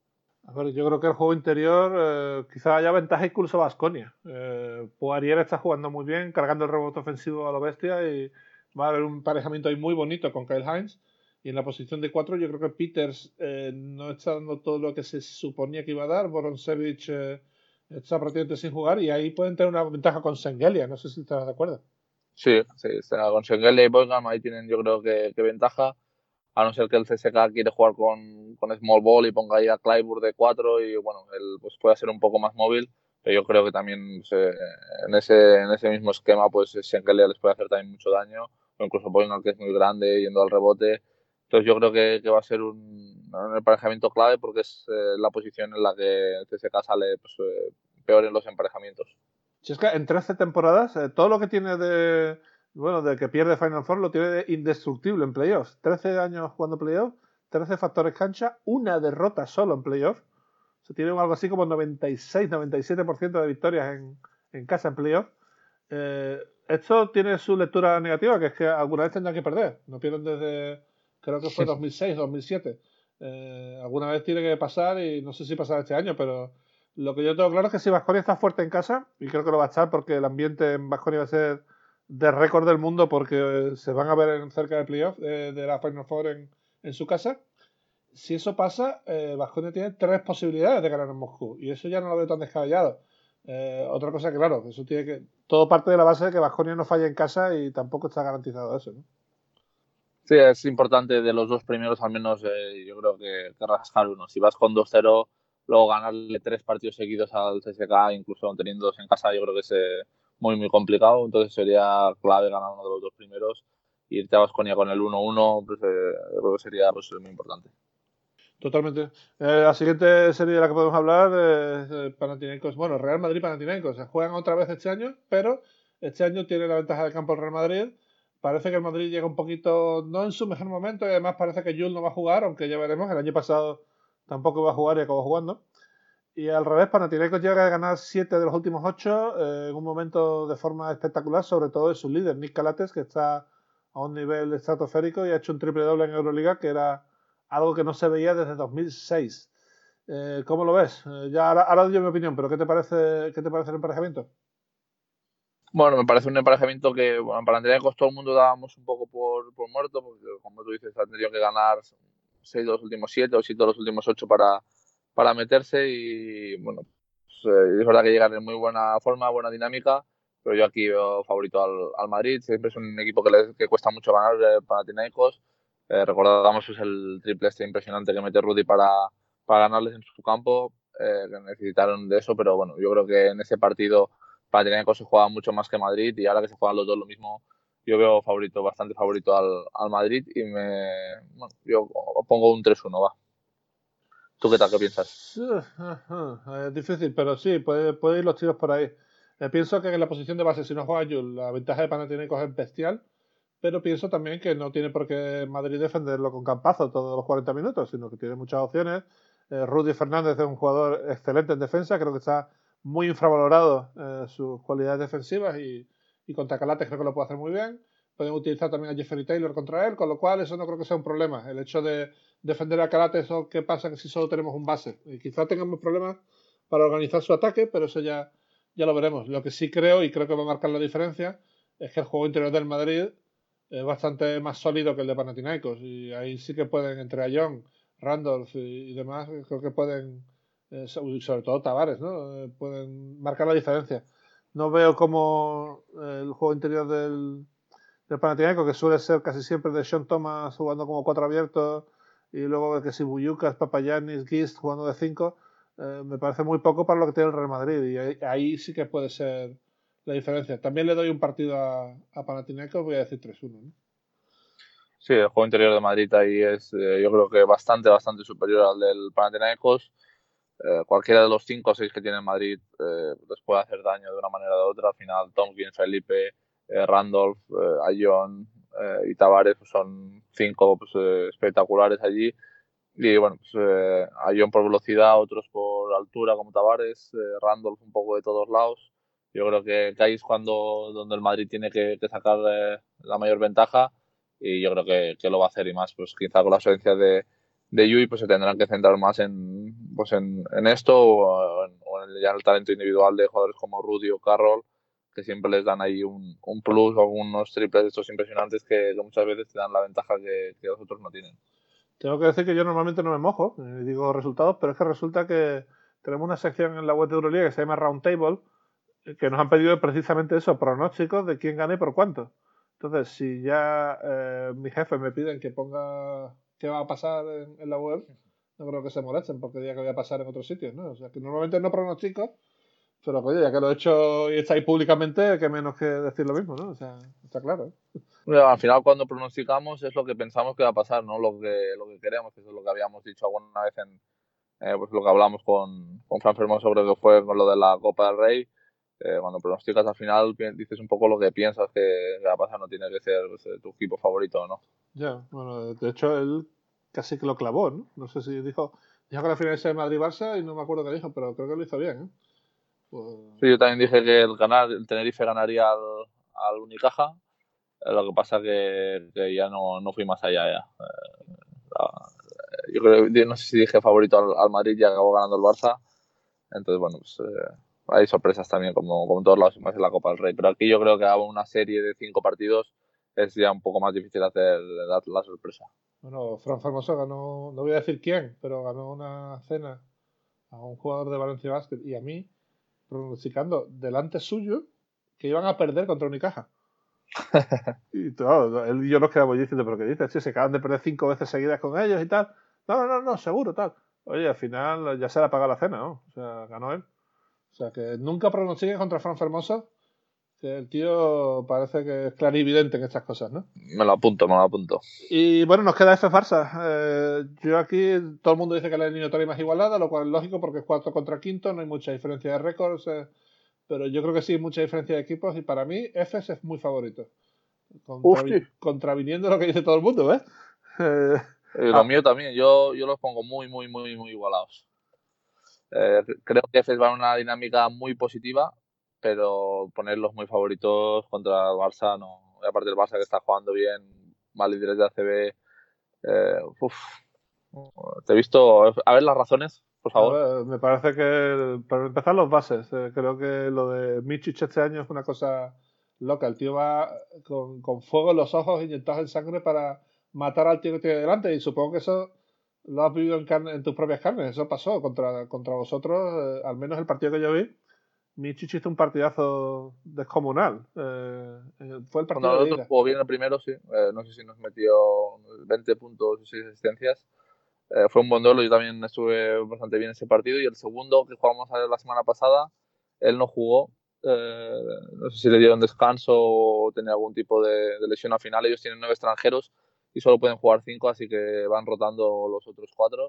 A ver, yo creo que el juego interior eh, quizá haya ventaja incluso a Baskonia. Eh, Poirier está jugando muy bien, cargando el rebote ofensivo a lo bestia y va a haber un emparejamiento ahí muy bonito con Kyle Hines. Y en la posición de cuatro yo creo que Peters eh, no está dando todo lo que se suponía que iba a dar. Boroncevic eh, está prácticamente sin jugar y ahí pueden tener una ventaja con Sengelia. No sé si estás de acuerdo. Sí, sí, con Sengele y Boygan ahí tienen yo creo que, que ventaja, a no ser que el C S K quiere jugar con, con small ball y ponga ahí a Clyburn de cuatro y bueno, él pues puede ser un poco más móvil, pero yo creo que también pues, eh, en, ese, en ese mismo esquema pues Sengele les puede hacer también mucho daño, o incluso Boygan, que es muy grande yendo al rebote. Entonces yo creo que, que va a ser un, un emparejamiento clave porque es eh, la posición en la que el C S K sale pues, eh, peor en los emparejamientos. Si es que en trece temporadas, eh, todo lo que tiene de, bueno, de que pierde Final Four lo tiene de indestructible en playoffs. trece años jugando playoffs, trece factores cancha, una derrota solo en playoffs. Se tiene algo así como noventa y seis, noventa y siete por ciento de victorias en, en casa en playoffs. Eh, esto tiene su lectura negativa, que es que alguna vez tendrán que perder. No pierden desde, creo que fue dos mil seis, dos mil siete. Eh, alguna vez tiene que pasar y no sé si pasará este año, pero lo que yo tengo claro es que si Baskonia está fuerte en casa, y creo que lo va a estar porque el ambiente en Baskonia va a ser de récord del mundo porque se van a ver en cerca del playoff eh, de la Final Four en, en su casa. Si eso pasa, eh, Baskonia tiene tres posibilidades de ganar en Moscú y eso ya no lo veo tan descabellado. Eh, otra cosa que, claro, eso tiene que. Todo parte de la base de que Baskonia no falle en casa y tampoco está garantizado eso, ¿no? Sí, es importante de los dos primeros, al menos eh, yo creo que, que rascar uno. Si vas con dos cero, luego ganarle tres partidos seguidos al C S K A, incluso teniendo dos en casa, yo creo que es eh, muy, muy complicado. Entonces sería clave ganar uno de los dos primeros. Irte a Baskonia con el uno uno, pues, eh, yo creo que sería pues, muy importante. Totalmente. Eh, la siguiente serie de la que podemos hablar es eh, Panathinaikos. Bueno, Real Madrid-Panathinaikos. Se juegan otra vez este año, pero este año tiene la ventaja del campo el Real Madrid. Parece que el Madrid llega un poquito, no en su mejor momento, y además parece que Jules no va a jugar, aunque ya veremos. El año pasado tampoco iba a jugar y acabó jugando. Y al revés, Panathinaikos llega a ganar siete de los últimos ocho eh, en un momento de forma espectacular, sobre todo de su líder, Nick Calates, que está a un nivel estratosférico y ha hecho un triple doble en Euroliga, que era algo que no se veía desde dos mil seis. Eh, ¿Cómo lo ves? Eh, ya ahora, ahora doy yo mi opinión, pero ¿qué te parece, qué te parece el emparejamiento? Bueno, me parece un emparejamiento que, bueno, para Panathinaikos todo el mundo dábamos un poco por, por muerto, porque como tú dices, han tenido que ganar seis de los últimos siete o siete de los últimos ocho para, para meterse y, bueno, pues, eh, es verdad que llegan en muy buena forma, buena dinámica, pero yo aquí veo favorito al, al Madrid. Siempre es un equipo que, le, que cuesta mucho ganar eh, Panathinaikos. Eh, recordamos pues, el triple este impresionante que mete Rudy para, para ganarles en su campo, eh, que necesitaron de eso, pero bueno, yo creo que en ese partido Panathinaikos se juega mucho más que Madrid y ahora que se juegan los dos lo mismo, yo veo favorito, bastante favorito al, al Madrid y me, bueno, yo pongo un tres uno, va. ¿Tú qué tal? ¿Qué piensas? Es difícil, pero sí, puede, puede ir los tiros por ahí. Eh, pienso que en la posición de base, si no juega Jules, la ventaja de Panathinaikos es bestial, pero pienso también que no tiene por qué Madrid defenderlo con campazo todos los cuarenta minutos, sino que tiene muchas opciones. Eh, Rudy Fernández es un jugador excelente en defensa, creo que está muy infravalorado eh, sus cualidades defensivas y, y contra Calates creo que lo puede hacer muy bien. Pueden utilizar también a Jeffrey Taylor contra él, con lo cual eso no creo que sea un problema. El hecho de defender a Calates o qué pasa que si solo tenemos un base. Y quizás tengamos problemas para organizar su ataque, pero eso ya, ya lo veremos. Lo que sí creo, y creo que va a marcar la diferencia, es que el juego interior del Madrid es bastante más sólido que el de Panathinaikos y ahí sí que pueden, entre Ayón, Randolph y, y demás, creo que pueden, eh, sobre todo Tavares, ¿no? Eh, pueden marcar la diferencia. No veo como el juego interior del, del Panathinaikos, que suele ser casi siempre de Sean Thomas jugando como cuatro abiertos y luego que si Buyucas, Papayanis, Gist jugando de cinco, eh, me parece muy poco para lo que tiene el Real Madrid y ahí, ahí sí que puede ser la diferencia. También le doy un partido a, a Panathinaikos, voy a decir tres uno, ¿no? Sí, el juego interior de Madrid ahí es, eh, yo creo que bastante, bastante superior al del Panathinaikos. Eh, cualquiera de los cinco o seis que tiene Madrid eh, les puede hacer daño de una manera o de otra. Al final, Tompkins, Felipe, eh, Randolph, eh, Ayón eh, y Tavares pues son cinco pues, eh, espectaculares allí. Y bueno, pues eh, Ayón por velocidad, otros por altura como Tavares, eh, Randolph un poco de todos lados. Yo creo que, que ahí es cuando donde el Madrid tiene que, que sacar eh, la mayor ventaja y yo creo que, que lo va a hacer y más, pues quizá con la ausencia de, de Yui pues se tendrán que centrar más en, pues en, en esto o en, o en ya el talento individual de jugadores como Rudy o Carroll que siempre les dan ahí un, un plus o algunos triples de estos impresionantes que, que muchas veces te dan la ventaja que, que los otros no tienen. Tengo que decir que yo normalmente no me mojo, eh, digo resultados, pero es que resulta que tenemos una sección en la web de Euroliga que se llama Roundtable, eh, que nos han pedido precisamente eso, pronósticos de quién gane y por cuánto. Entonces, si ya eh, mis jefes me piden que ponga qué va a pasar en, en la web, no creo que se molesten porque diga que voy a pasar en otros sitios, ¿no? O sea, que normalmente no pronostico, pero oye, ya que lo he hecho y está ahí públicamente, que menos que decir lo mismo, ¿no? O sea, está claro, ¿eh? Bueno, al final cuando pronosticamos es lo que pensamos que va a pasar, no lo que, lo que queremos, que es lo que habíamos dicho alguna vez en eh, pues lo que hablamos con, con Fran Fermoso, creo que fue con lo de la Copa del Rey. Eh, cuando pronosticas al final dices un poco lo que piensas que, que va a pasar, no tiene que ser pues, tu equipo favorito, ¿no? Ya, bueno, de hecho él casi que lo clavó, ¿no? No sé si dijo, dijo que la final es Madrid-Barça y no me acuerdo qué dijo, pero creo que lo hizo bien, ¿eh? Pues, Sí, yo también dije que el, ganar, el Tenerife ganaría al, al Unicaja. Lo que pasa que, que ya no, no fui más allá ya. Eh, yo creo, no sé si dije favorito al, al Madrid y acabó ganando el Barça. Entonces, bueno, pues eh, hay sorpresas también, como, como en todos lados, más en la Copa del Rey. Pero aquí yo creo que hago una serie de cinco partidos es ya un poco más difícil hacer la, la sorpresa. Bueno, Fran Fermoso ganó, no voy a decir quién, pero ganó una cena a un jugador de Valencia Basket y a mí, pronosticando delante suyo que iban a perder contra Unicaja. Y todo, él y yo nos quedamos diciendo, pero ¿qué dices? Sí, se acaban de perder cinco veces seguidas con ellos y tal. No, no, no, no, seguro, tal. Oye, al final ya se le ha pagado la cena, ¿no? O sea, ganó él. O sea, que nunca pronostiquen contra Fran Fermoso, que el tío parece que es clarividente en estas cosas, ¿no? Me lo apunto, me lo apunto. Y bueno, nos queda F Barça. Eh, yo aquí, todo el mundo dice que la eliminatoria es más igualada, lo cual es lógico porque es cuatro contra quinto, no hay mucha diferencia de récords, eh, pero yo creo que sí hay mucha diferencia de equipos y para mí F es muy favorito. Contravi- contraviniendo lo que dice todo el mundo, ¿ves? Eh, eh, lo ah. mío también, yo, yo los pongo muy, muy, muy, muy igualados. Eh, creo que F va en una dinámica muy positiva, pero ponerlos muy favoritos contra el Barça, no. Y aparte el Barça que está jugando bien, más líderes de A C B. Eh, uf. Te he visto. A ver las razones, por favor. Ver, me parece que, para empezar, los bases. Eh, creo que lo de Michich este año es una cosa loca. El tío va con, con fuego en los ojos, inyectados en sangre para matar al tío que tiene delante. Y supongo que eso lo has vivido en, carne, en tus propias carnes. Eso pasó contra, contra vosotros. Eh, al menos el partido que yo vi. Michich hizo un partidazo descomunal. Eh, fue el partido Cuando de ida. Jugó bien el primero, sí. Eh, no sé si nos metió veinte puntos y seis asistencias. Eh, fue un buen duelo, yo también estuve bastante bien en ese partido. Y el segundo que jugamos la semana pasada, él no jugó. Eh, no sé si le dieron descanso o tenía algún tipo de, de lesión al final. Ellos tienen nueve extranjeros y solo pueden jugar cinco, así que van rotando los otros cuatro.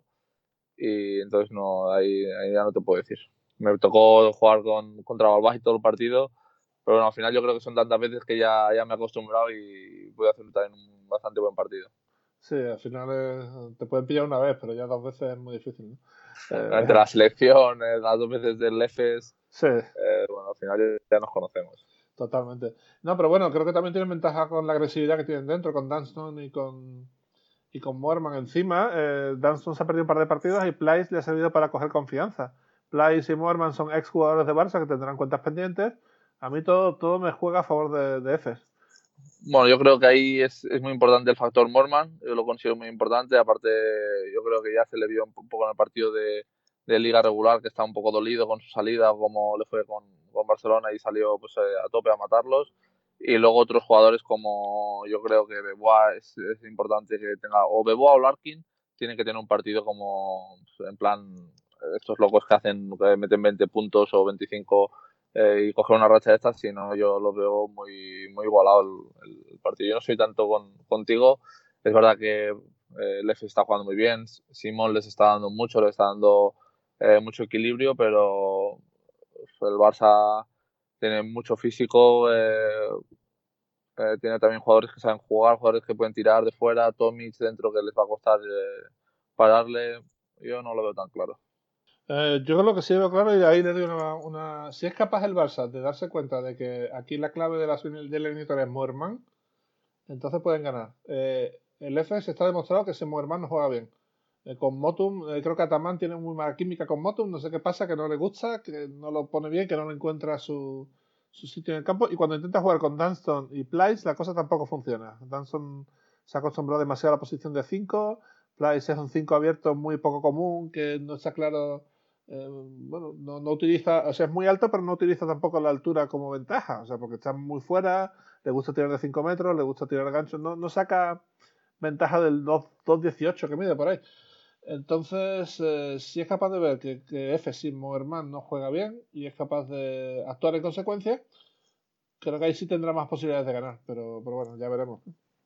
Y entonces no, ahí, ahí ya no te puedo decir. Me tocó jugar con, contra Balbás y todo el partido, pero bueno, al final yo creo que son tantas veces que ya, ya me he acostumbrado y voy a hacer también un bastante buen partido. Sí, al final es, te pueden pillar una vez, pero ya dos veces es muy difícil, ¿no? Eh, Entre la selección, eh, las dos veces del E F E S, sí. eh, bueno, al final ya nos conocemos. Totalmente. No, pero bueno, creo que también tienen ventaja con la agresividad que tienen dentro, con Dunston y con y con Moerman encima. Eh, Dunston se ha perdido un par de partidos y Plyce le ha servido para coger confianza. Plyce y Moerman son ex jugadores de Barça que tendrán cuentas pendientes. A mí todo, todo me juega a favor de, de Efes. Bueno, yo creo que ahí es, es muy importante el factor Moerman, yo lo considero muy importante, aparte yo creo que ya se le vio un poco en el partido de, de liga regular que está un poco dolido con su salida, como le fue con, con Barcelona y salió pues, a tope a matarlos, y luego otros jugadores como yo creo que Beboa es, es importante que tenga, o Beboa o Larkin tienen que tener un partido como pues, en plan estos locos que hacen, que meten veinte puntos o veinticinco Eh, y coger una racha de estas, si no, yo lo veo muy, muy igualado el, el partido. Yo no soy tanto con, contigo. Es verdad que eh, el F está jugando muy bien, Simón les está dando mucho, le está dando eh, mucho equilibrio, pero el Barça tiene mucho físico, eh, eh, tiene también jugadores que saben jugar, jugadores que pueden tirar de fuera, Tomic dentro que les va a costar eh, pararle. Yo no lo veo tan claro. Eh, yo creo que sí veo claro y ahí le doy una, una... Si es capaz el Barça de darse cuenta de que aquí la clave de la, de la eliminatoria es Moerman, entonces pueden ganar. Eh, el Efes está demostrado que ese Moerman no juega bien. Eh, con Motum, eh, creo que Ataman tiene muy mala química con Motum, no sé qué pasa, que no le gusta, que no lo pone bien, que no le encuentra su, su sitio en el campo. Y cuando intenta jugar con Dunston y Plyce, la cosa tampoco funciona. Dunston se ha acostumbrado demasiado a la posición de cinco, Plyce es un cinco abierto muy poco común, que no está claro. Eh, bueno, no, no utiliza, o sea, es muy alto, pero no utiliza tampoco la altura como ventaja, o sea, porque está muy fuera, le gusta tirar de cinco metros, le gusta tirar gancho, no, no saca ventaja del dos dieciocho que mide por ahí. Entonces, eh, si es capaz de ver que, que F sin Moerman no juega bien y es capaz de actuar en consecuencia, creo que ahí sí tendrá más posibilidades de ganar, pero, pero bueno, ya veremos.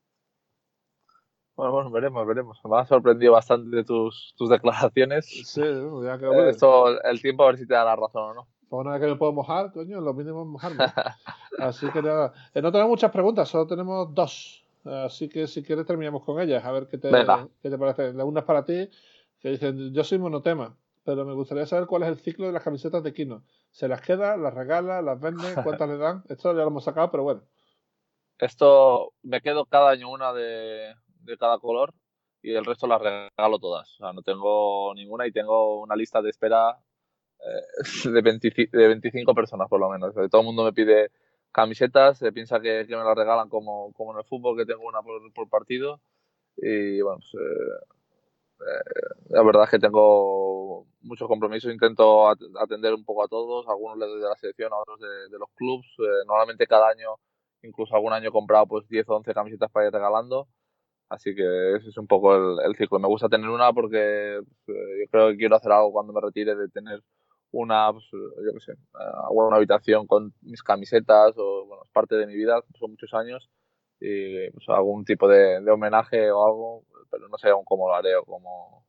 Bueno, bueno, veremos, veremos. Me han sorprendido bastante tus, tus declaraciones. Sí, ya que eh, esto, el tiempo a ver si te da la razón o no. Por una vez que me puedo mojar, coño, lo mínimo es mojarme. Así que nada, eh, no tenemos muchas preguntas, solo tenemos dos. Así que si quieres terminamos con ellas, a ver qué te, qué te parece. La una es para ti, que dicen, yo soy monotema, pero me gustaría saber cuál es el ciclo de las camisetas de Kino. ¿Se las queda, las regala, las vende, cuántas le dan? Esto ya lo hemos sacado, pero bueno. Esto me quedo cada año una de, de cada color y el resto las regalo todas. O sea, no tengo ninguna y tengo una lista de espera eh, de, veinte, de veinticinco personas por lo menos. Todo el mundo me pide camisetas, se piensa que, que me las regalan como, como en el fútbol, que tengo una por, por partido. Y bueno, pues, eh, eh, la verdad es que tengo muchos compromisos, intento atender un poco a todos, algunos le doy de la selección, a otros de, de los clubs. Eh, normalmente cada año, incluso algún año he comprado pues diez o once camisetas para ir regalando. Así que ese es un poco el, el ciclo. Me gusta tener una porque pues, yo creo que quiero hacer algo cuando me retire de tener una, pues, yo qué sé, una habitación con mis camisetas o, bueno, es parte de mi vida, son muchos años y pues, algún tipo de, de homenaje o algo, pero no sé aún cómo lo haré o cómo,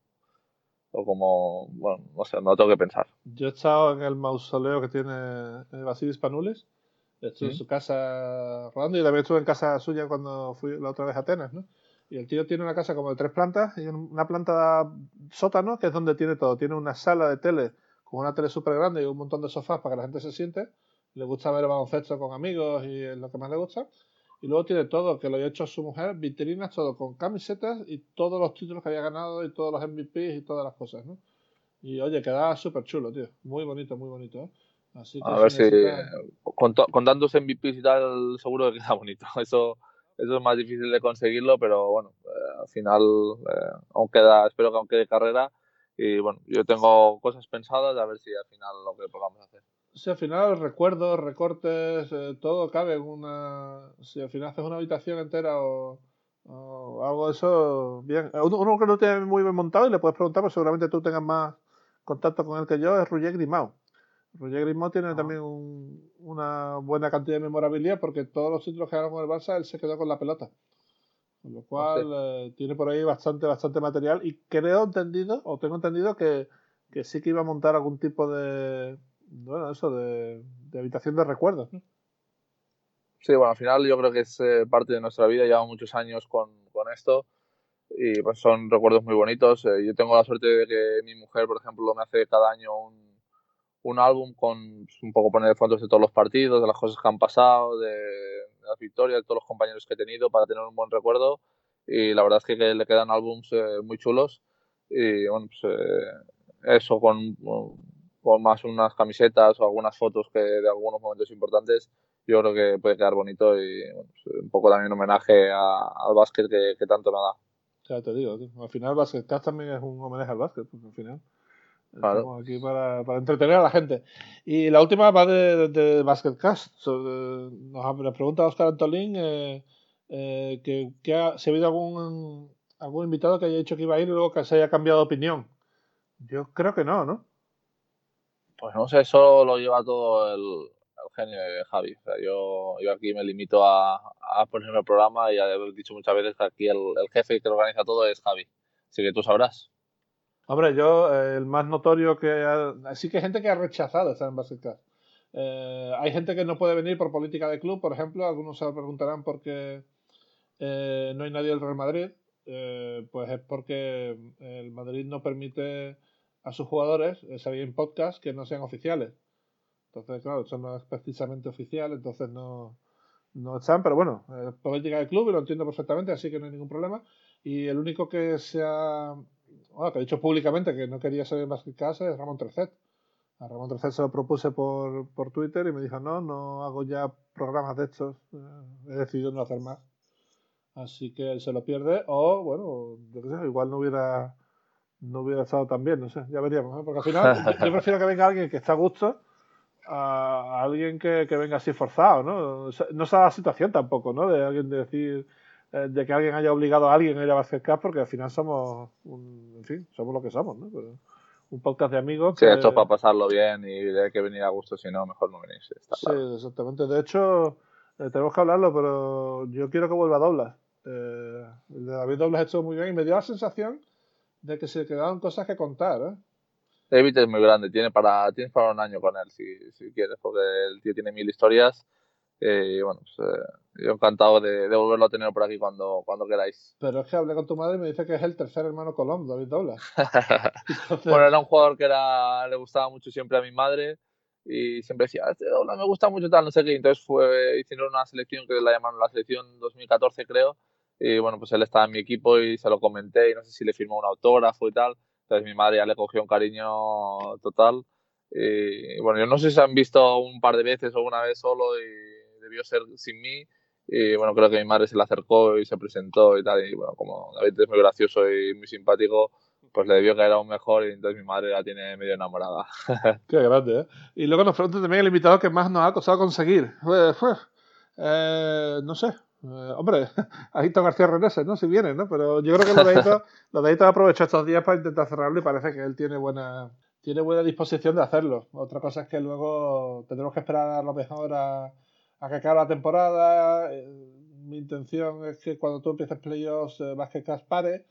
o cómo, bueno, no sé, no lo tengo que pensar. Yo he estado en el mausoleo que tiene eh, Basilis Panulis. Estuve en ¿Mm? su casa rodando y también estuve en casa suya cuando fui la otra vez a Atenas, ¿no? Y el tío tiene una casa como de tres plantas y una planta sótano que es donde tiene todo. Tiene una sala de tele con una tele súper grande y un montón de sofás para que la gente se siente. Le gusta ver el baloncesto con amigos y es lo que más le gusta. Y luego tiene todo, que lo había hecho su mujer, vitrinas, todo con camisetas y todos los títulos que había ganado y todos los M V Ps y todas las cosas, ¿no? Y oye, queda súper chulo, tío. Muy bonito, muy bonito, ¿eh? Así que A si ver si necesitas... con, to, con tantos M V Ps y tal seguro que queda bonito. Eso, eso es más difícil de conseguirlo, pero bueno, eh, al final eh, aún queda, espero que aún quede carrera y bueno, yo tengo cosas pensadas a ver si al final lo que podamos hacer. Si al final recuerdos, recortes, eh, todo cabe en una... Si al final haces una habitación entera o, o algo de eso, bien. Uno, uno que lo tiene muy bien montado y le puedes preguntar, pues seguramente tú tengas más contacto con él que yo, es Roger Grimau. Roger Grimau tiene Ajá. también un- una buena cantidad de memorabilidad porque todos los títulos que ganó con el Barça él se quedó con la pelota. Con lo No sé. cual eh, tiene por ahí bastante, bastante material y creo entendido, o tengo entendido que, que sí que iba a montar algún tipo de, bueno, eso, de, de habitación de recuerdos, ¿no? Sí, bueno, al final yo creo que es eh, parte de nuestra vida, llevamos muchos años con, con esto y pues son recuerdos muy bonitos. Eh, yo tengo la suerte de que mi mujer, por ejemplo, me hace cada año un, un álbum con pues, un poco poner fotos de todos los partidos, de las cosas que han pasado, de, de las victorias, de todos los compañeros que he tenido para tener un buen recuerdo. Y la verdad es que, que le quedan álbums eh, muy chulos. Y bueno, pues eh, eso con, con más unas camisetas o algunas fotos que de algunos momentos importantes, yo creo que puede quedar bonito y bueno, pues, un poco también un homenaje a, al básquet que, que tanto me da. O sea, te digo, tío, al final Basketcast también es un homenaje al básquet, porque al final Claro. estamos aquí para, para entretener a la gente. Y la última va de, de, de Basketcast. Sobre- nos, ha- nos pregunta Oscar Antolín eh, eh, que, que ha, si ha habido algún, algún invitado que haya dicho que iba a ir y luego que se haya cambiado de opinión. Yo creo que no, ¿no? Pues no sé, eso lo lleva todo el, el genio de Javi. O sea, yo, yo aquí me limito a, a ponerme el programa y ya he dicho muchas veces que aquí el, el jefe que organiza todo es Javi. Así que tú sabrás. Hombre, yo, eh, el más notorio que... ha- sí que hay gente que ha rechazado estar en Basketcast. Eh, hay gente que no puede venir por política de club, por ejemplo. Algunos se preguntarán por qué eh, no hay nadie del Real Madrid. Eh, pues es porque el Madrid no permite a sus jugadores eh, salir en podcast que no sean oficiales. Entonces, claro, eso no es precisamente oficial, entonces no, no están, pero bueno, es política del club y lo entiendo perfectamente, así que no hay ningún problema. Y el único que se ha, bueno, que ha dicho públicamente que no quería salir más que casa es Ramón Trecet. A Ramón Trecet se lo propuse por, por Twitter y me dijo, no, no hago ya programas de estos, eh, he decidido no hacer más. Así que él se lo pierde, o bueno, yo qué sé, igual no hubiera, no hubiera estado tan bien, no sé, ya veríamos, ¿eh? Porque al final yo, yo prefiero que venga alguien que está a gusto a alguien que, que venga así forzado, ¿no? O sea, no sea la situación tampoco, ¿no? De alguien de decir, eh, de que alguien haya obligado a alguien a ir a Basket Cup, porque al final somos, un, en fin, somos lo que somos, ¿no? Pero un podcast de amigos Sí, esto es que, para pasarlo bien y hay que venir a gusto, si no, mejor no venirse, está sí, claro. exactamente. De hecho, eh, tenemos que hablarlo, pero yo quiero que vuelva Doblas. Eh, el de David Doblas estuvo muy bien y me dio la sensación de que se quedaron cosas que contar, ¿eh? David es muy grande, tiene para, tienes para un año con él si, si quieres, porque el tío tiene mil historias. Eh, y bueno, pues, eh, yo encantado de, de volverlo a tener por aquí cuando, cuando queráis. Pero es que hablé con tu madre y me dice que es el tercer hermano Colón, David Doblas. Entonces, Bueno, era un jugador que era, le gustaba mucho siempre a mi madre y siempre decía, este doble me gusta mucho, tal, no sé qué. Entonces fue, hicieron una selección que la llamaron la selección dos mil catorce, creo, y bueno, pues él estaba en mi equipo y se lo comenté y no sé si le firmó un autógrafo y tal. Entonces mi madre ya le cogió un cariño total. Y bueno, yo no sé si se han visto un par de veces o una vez solo y debió ser sin mí. Y bueno, creo que mi madre se le acercó y se presentó y tal. Y bueno, como David es muy gracioso y muy simpático, pues le debió caer aún mejor y entonces mi madre la tiene medio enamorada. Qué grande, ¿eh? Y luego nos preguntan también el invitado que más nos ha costado conseguir. Pues, pues, eh, no sé. Eh, hombre, Aito García Renese, ¿no? Si viene, ¿no? Pero yo creo que lo de Aito, lo de Aito ha aprovechado estos días para intentar cerrarlo y parece que él tiene buena, tiene buena disposición de hacerlo. Otra cosa es que luego tendremos que esperar a lo mejor a, a que acabe la temporada. Eh, mi intención es que cuando tú empieces playoffs, eh, Basket Cast pare.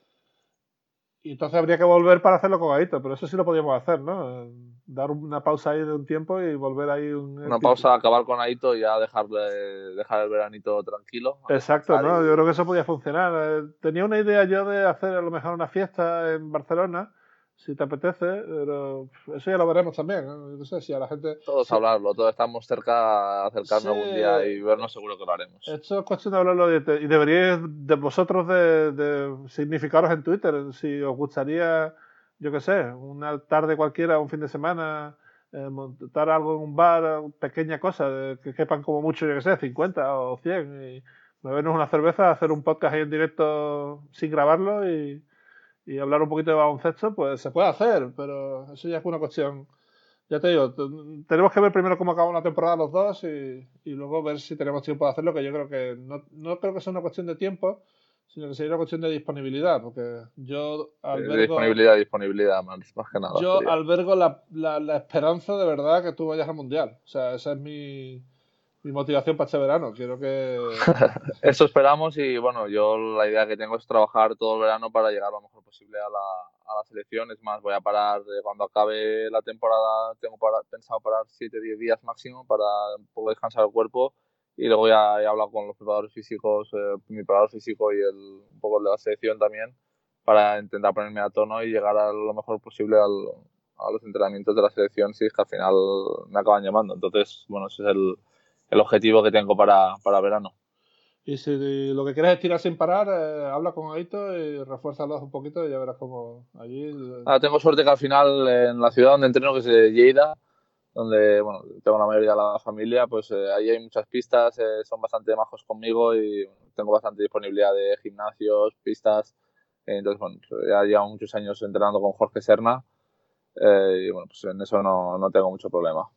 Y entonces habría que volver para hacerlo con Aito, pero eso sí lo podríamos hacer, ¿no? Dar una pausa ahí de un tiempo y volver ahí un... Una pausa, acabar con Aito y ya dejarle, dejar el veranito tranquilo. Exacto, ¿no? Y... Yo creo que eso podía funcionar. Tenía una idea yo de hacer a lo mejor una fiesta en Barcelona, si te apetece, pero eso ya lo veremos también, ¿no? Yo no sé si a la gente... Todos sí. hablarlo, todos estamos cerca de acercarnos sí. algún día y vernos, seguro que lo haremos. Esto es cuestión de hablarlo de, y deberíais de vosotros de, de significaros en Twitter, si os gustaría, yo qué sé, una tarde cualquiera, un fin de semana, eh, montar algo en un bar, pequeña cosa, de, que quepan como mucho, yo qué sé, cincuenta o cien, y bebernos una cerveza, hacer un podcast ahí en directo sin grabarlo y... y hablar un poquito de baloncesto, pues se puede hacer, pero eso ya es una cuestión. Ya te digo, tenemos que ver primero cómo acaba una temporada los dos y, y luego ver si tenemos tiempo de hacerlo, que yo creo que no, no creo que sea una cuestión de tiempo, sino que sería una cuestión de disponibilidad, porque yo albergo... Disponibilidad, disponibilidad, más, más que nada. Yo sería. albergo la, la, la esperanza de verdad que tú vayas al Mundial. O sea, esa es mi... mi motivación para este verano, quiero que... Eso esperamos y bueno, yo la idea que tengo es trabajar todo el verano para llegar lo mejor posible a la, a la selección. Es más, voy a parar, eh, cuando acabe la temporada, tengo para, pensado parar siete a diez días máximo para un poco descansar el cuerpo y luego ya he hablado con los preparadores físicos, eh, mi preparador físico y el, un poco el de la selección también, para intentar ponerme a tono y llegar a lo mejor posible al, a los entrenamientos de la selección si es que al final me acaban llamando. Entonces, bueno, ese es el... el objetivo que tengo para, para verano. Y si lo que quieres es tirar sin parar, eh, habla con Aito y refuérzalos un poquito y ya verás cómo allí... Ah, tengo suerte que al final en la ciudad donde entreno, que es de Lleida, donde bueno, tengo la mayoría de la familia, pues eh, ahí hay muchas pistas, eh, son bastante majos conmigo y bueno, tengo bastante disponibilidad de gimnasios, pistas. Eh, entonces, bueno, ya llevo muchos años entrenando con Jorge Serna eh, y bueno, pues en eso no, no tengo mucho problema.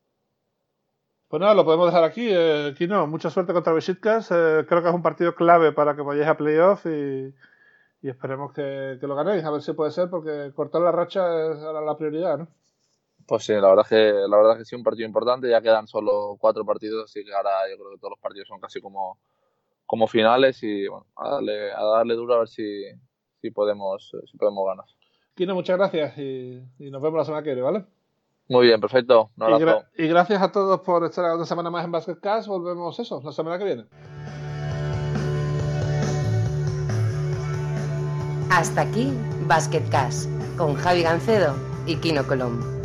Pues nada, lo podemos dejar aquí. Eh, Kino, mucha suerte contra Besiktas. Eh, creo que es un partido clave para que vayáis a playoff y, y esperemos que, que lo ganéis. A ver si puede ser, porque cortar la racha es ahora la prioridad, ¿no? Pues sí, la verdad es que la verdad es que sí, un partido importante. Ya quedan solo cuatro partidos, así que ahora yo creo que todos los partidos son casi como, como finales y bueno, a darle, a darle duro a ver si, si podemos si podemos ganar. Kino, muchas gracias y, y nos vemos la semana que viene, ¿vale? Muy bien, perfecto. Un abrazo. Y, gra- y gracias a todos por estar una semana más en Basket Cast. Volvemos eso, la semana que viene. Hasta aquí Basket Cast con Javi Gancedo y Kino Colom.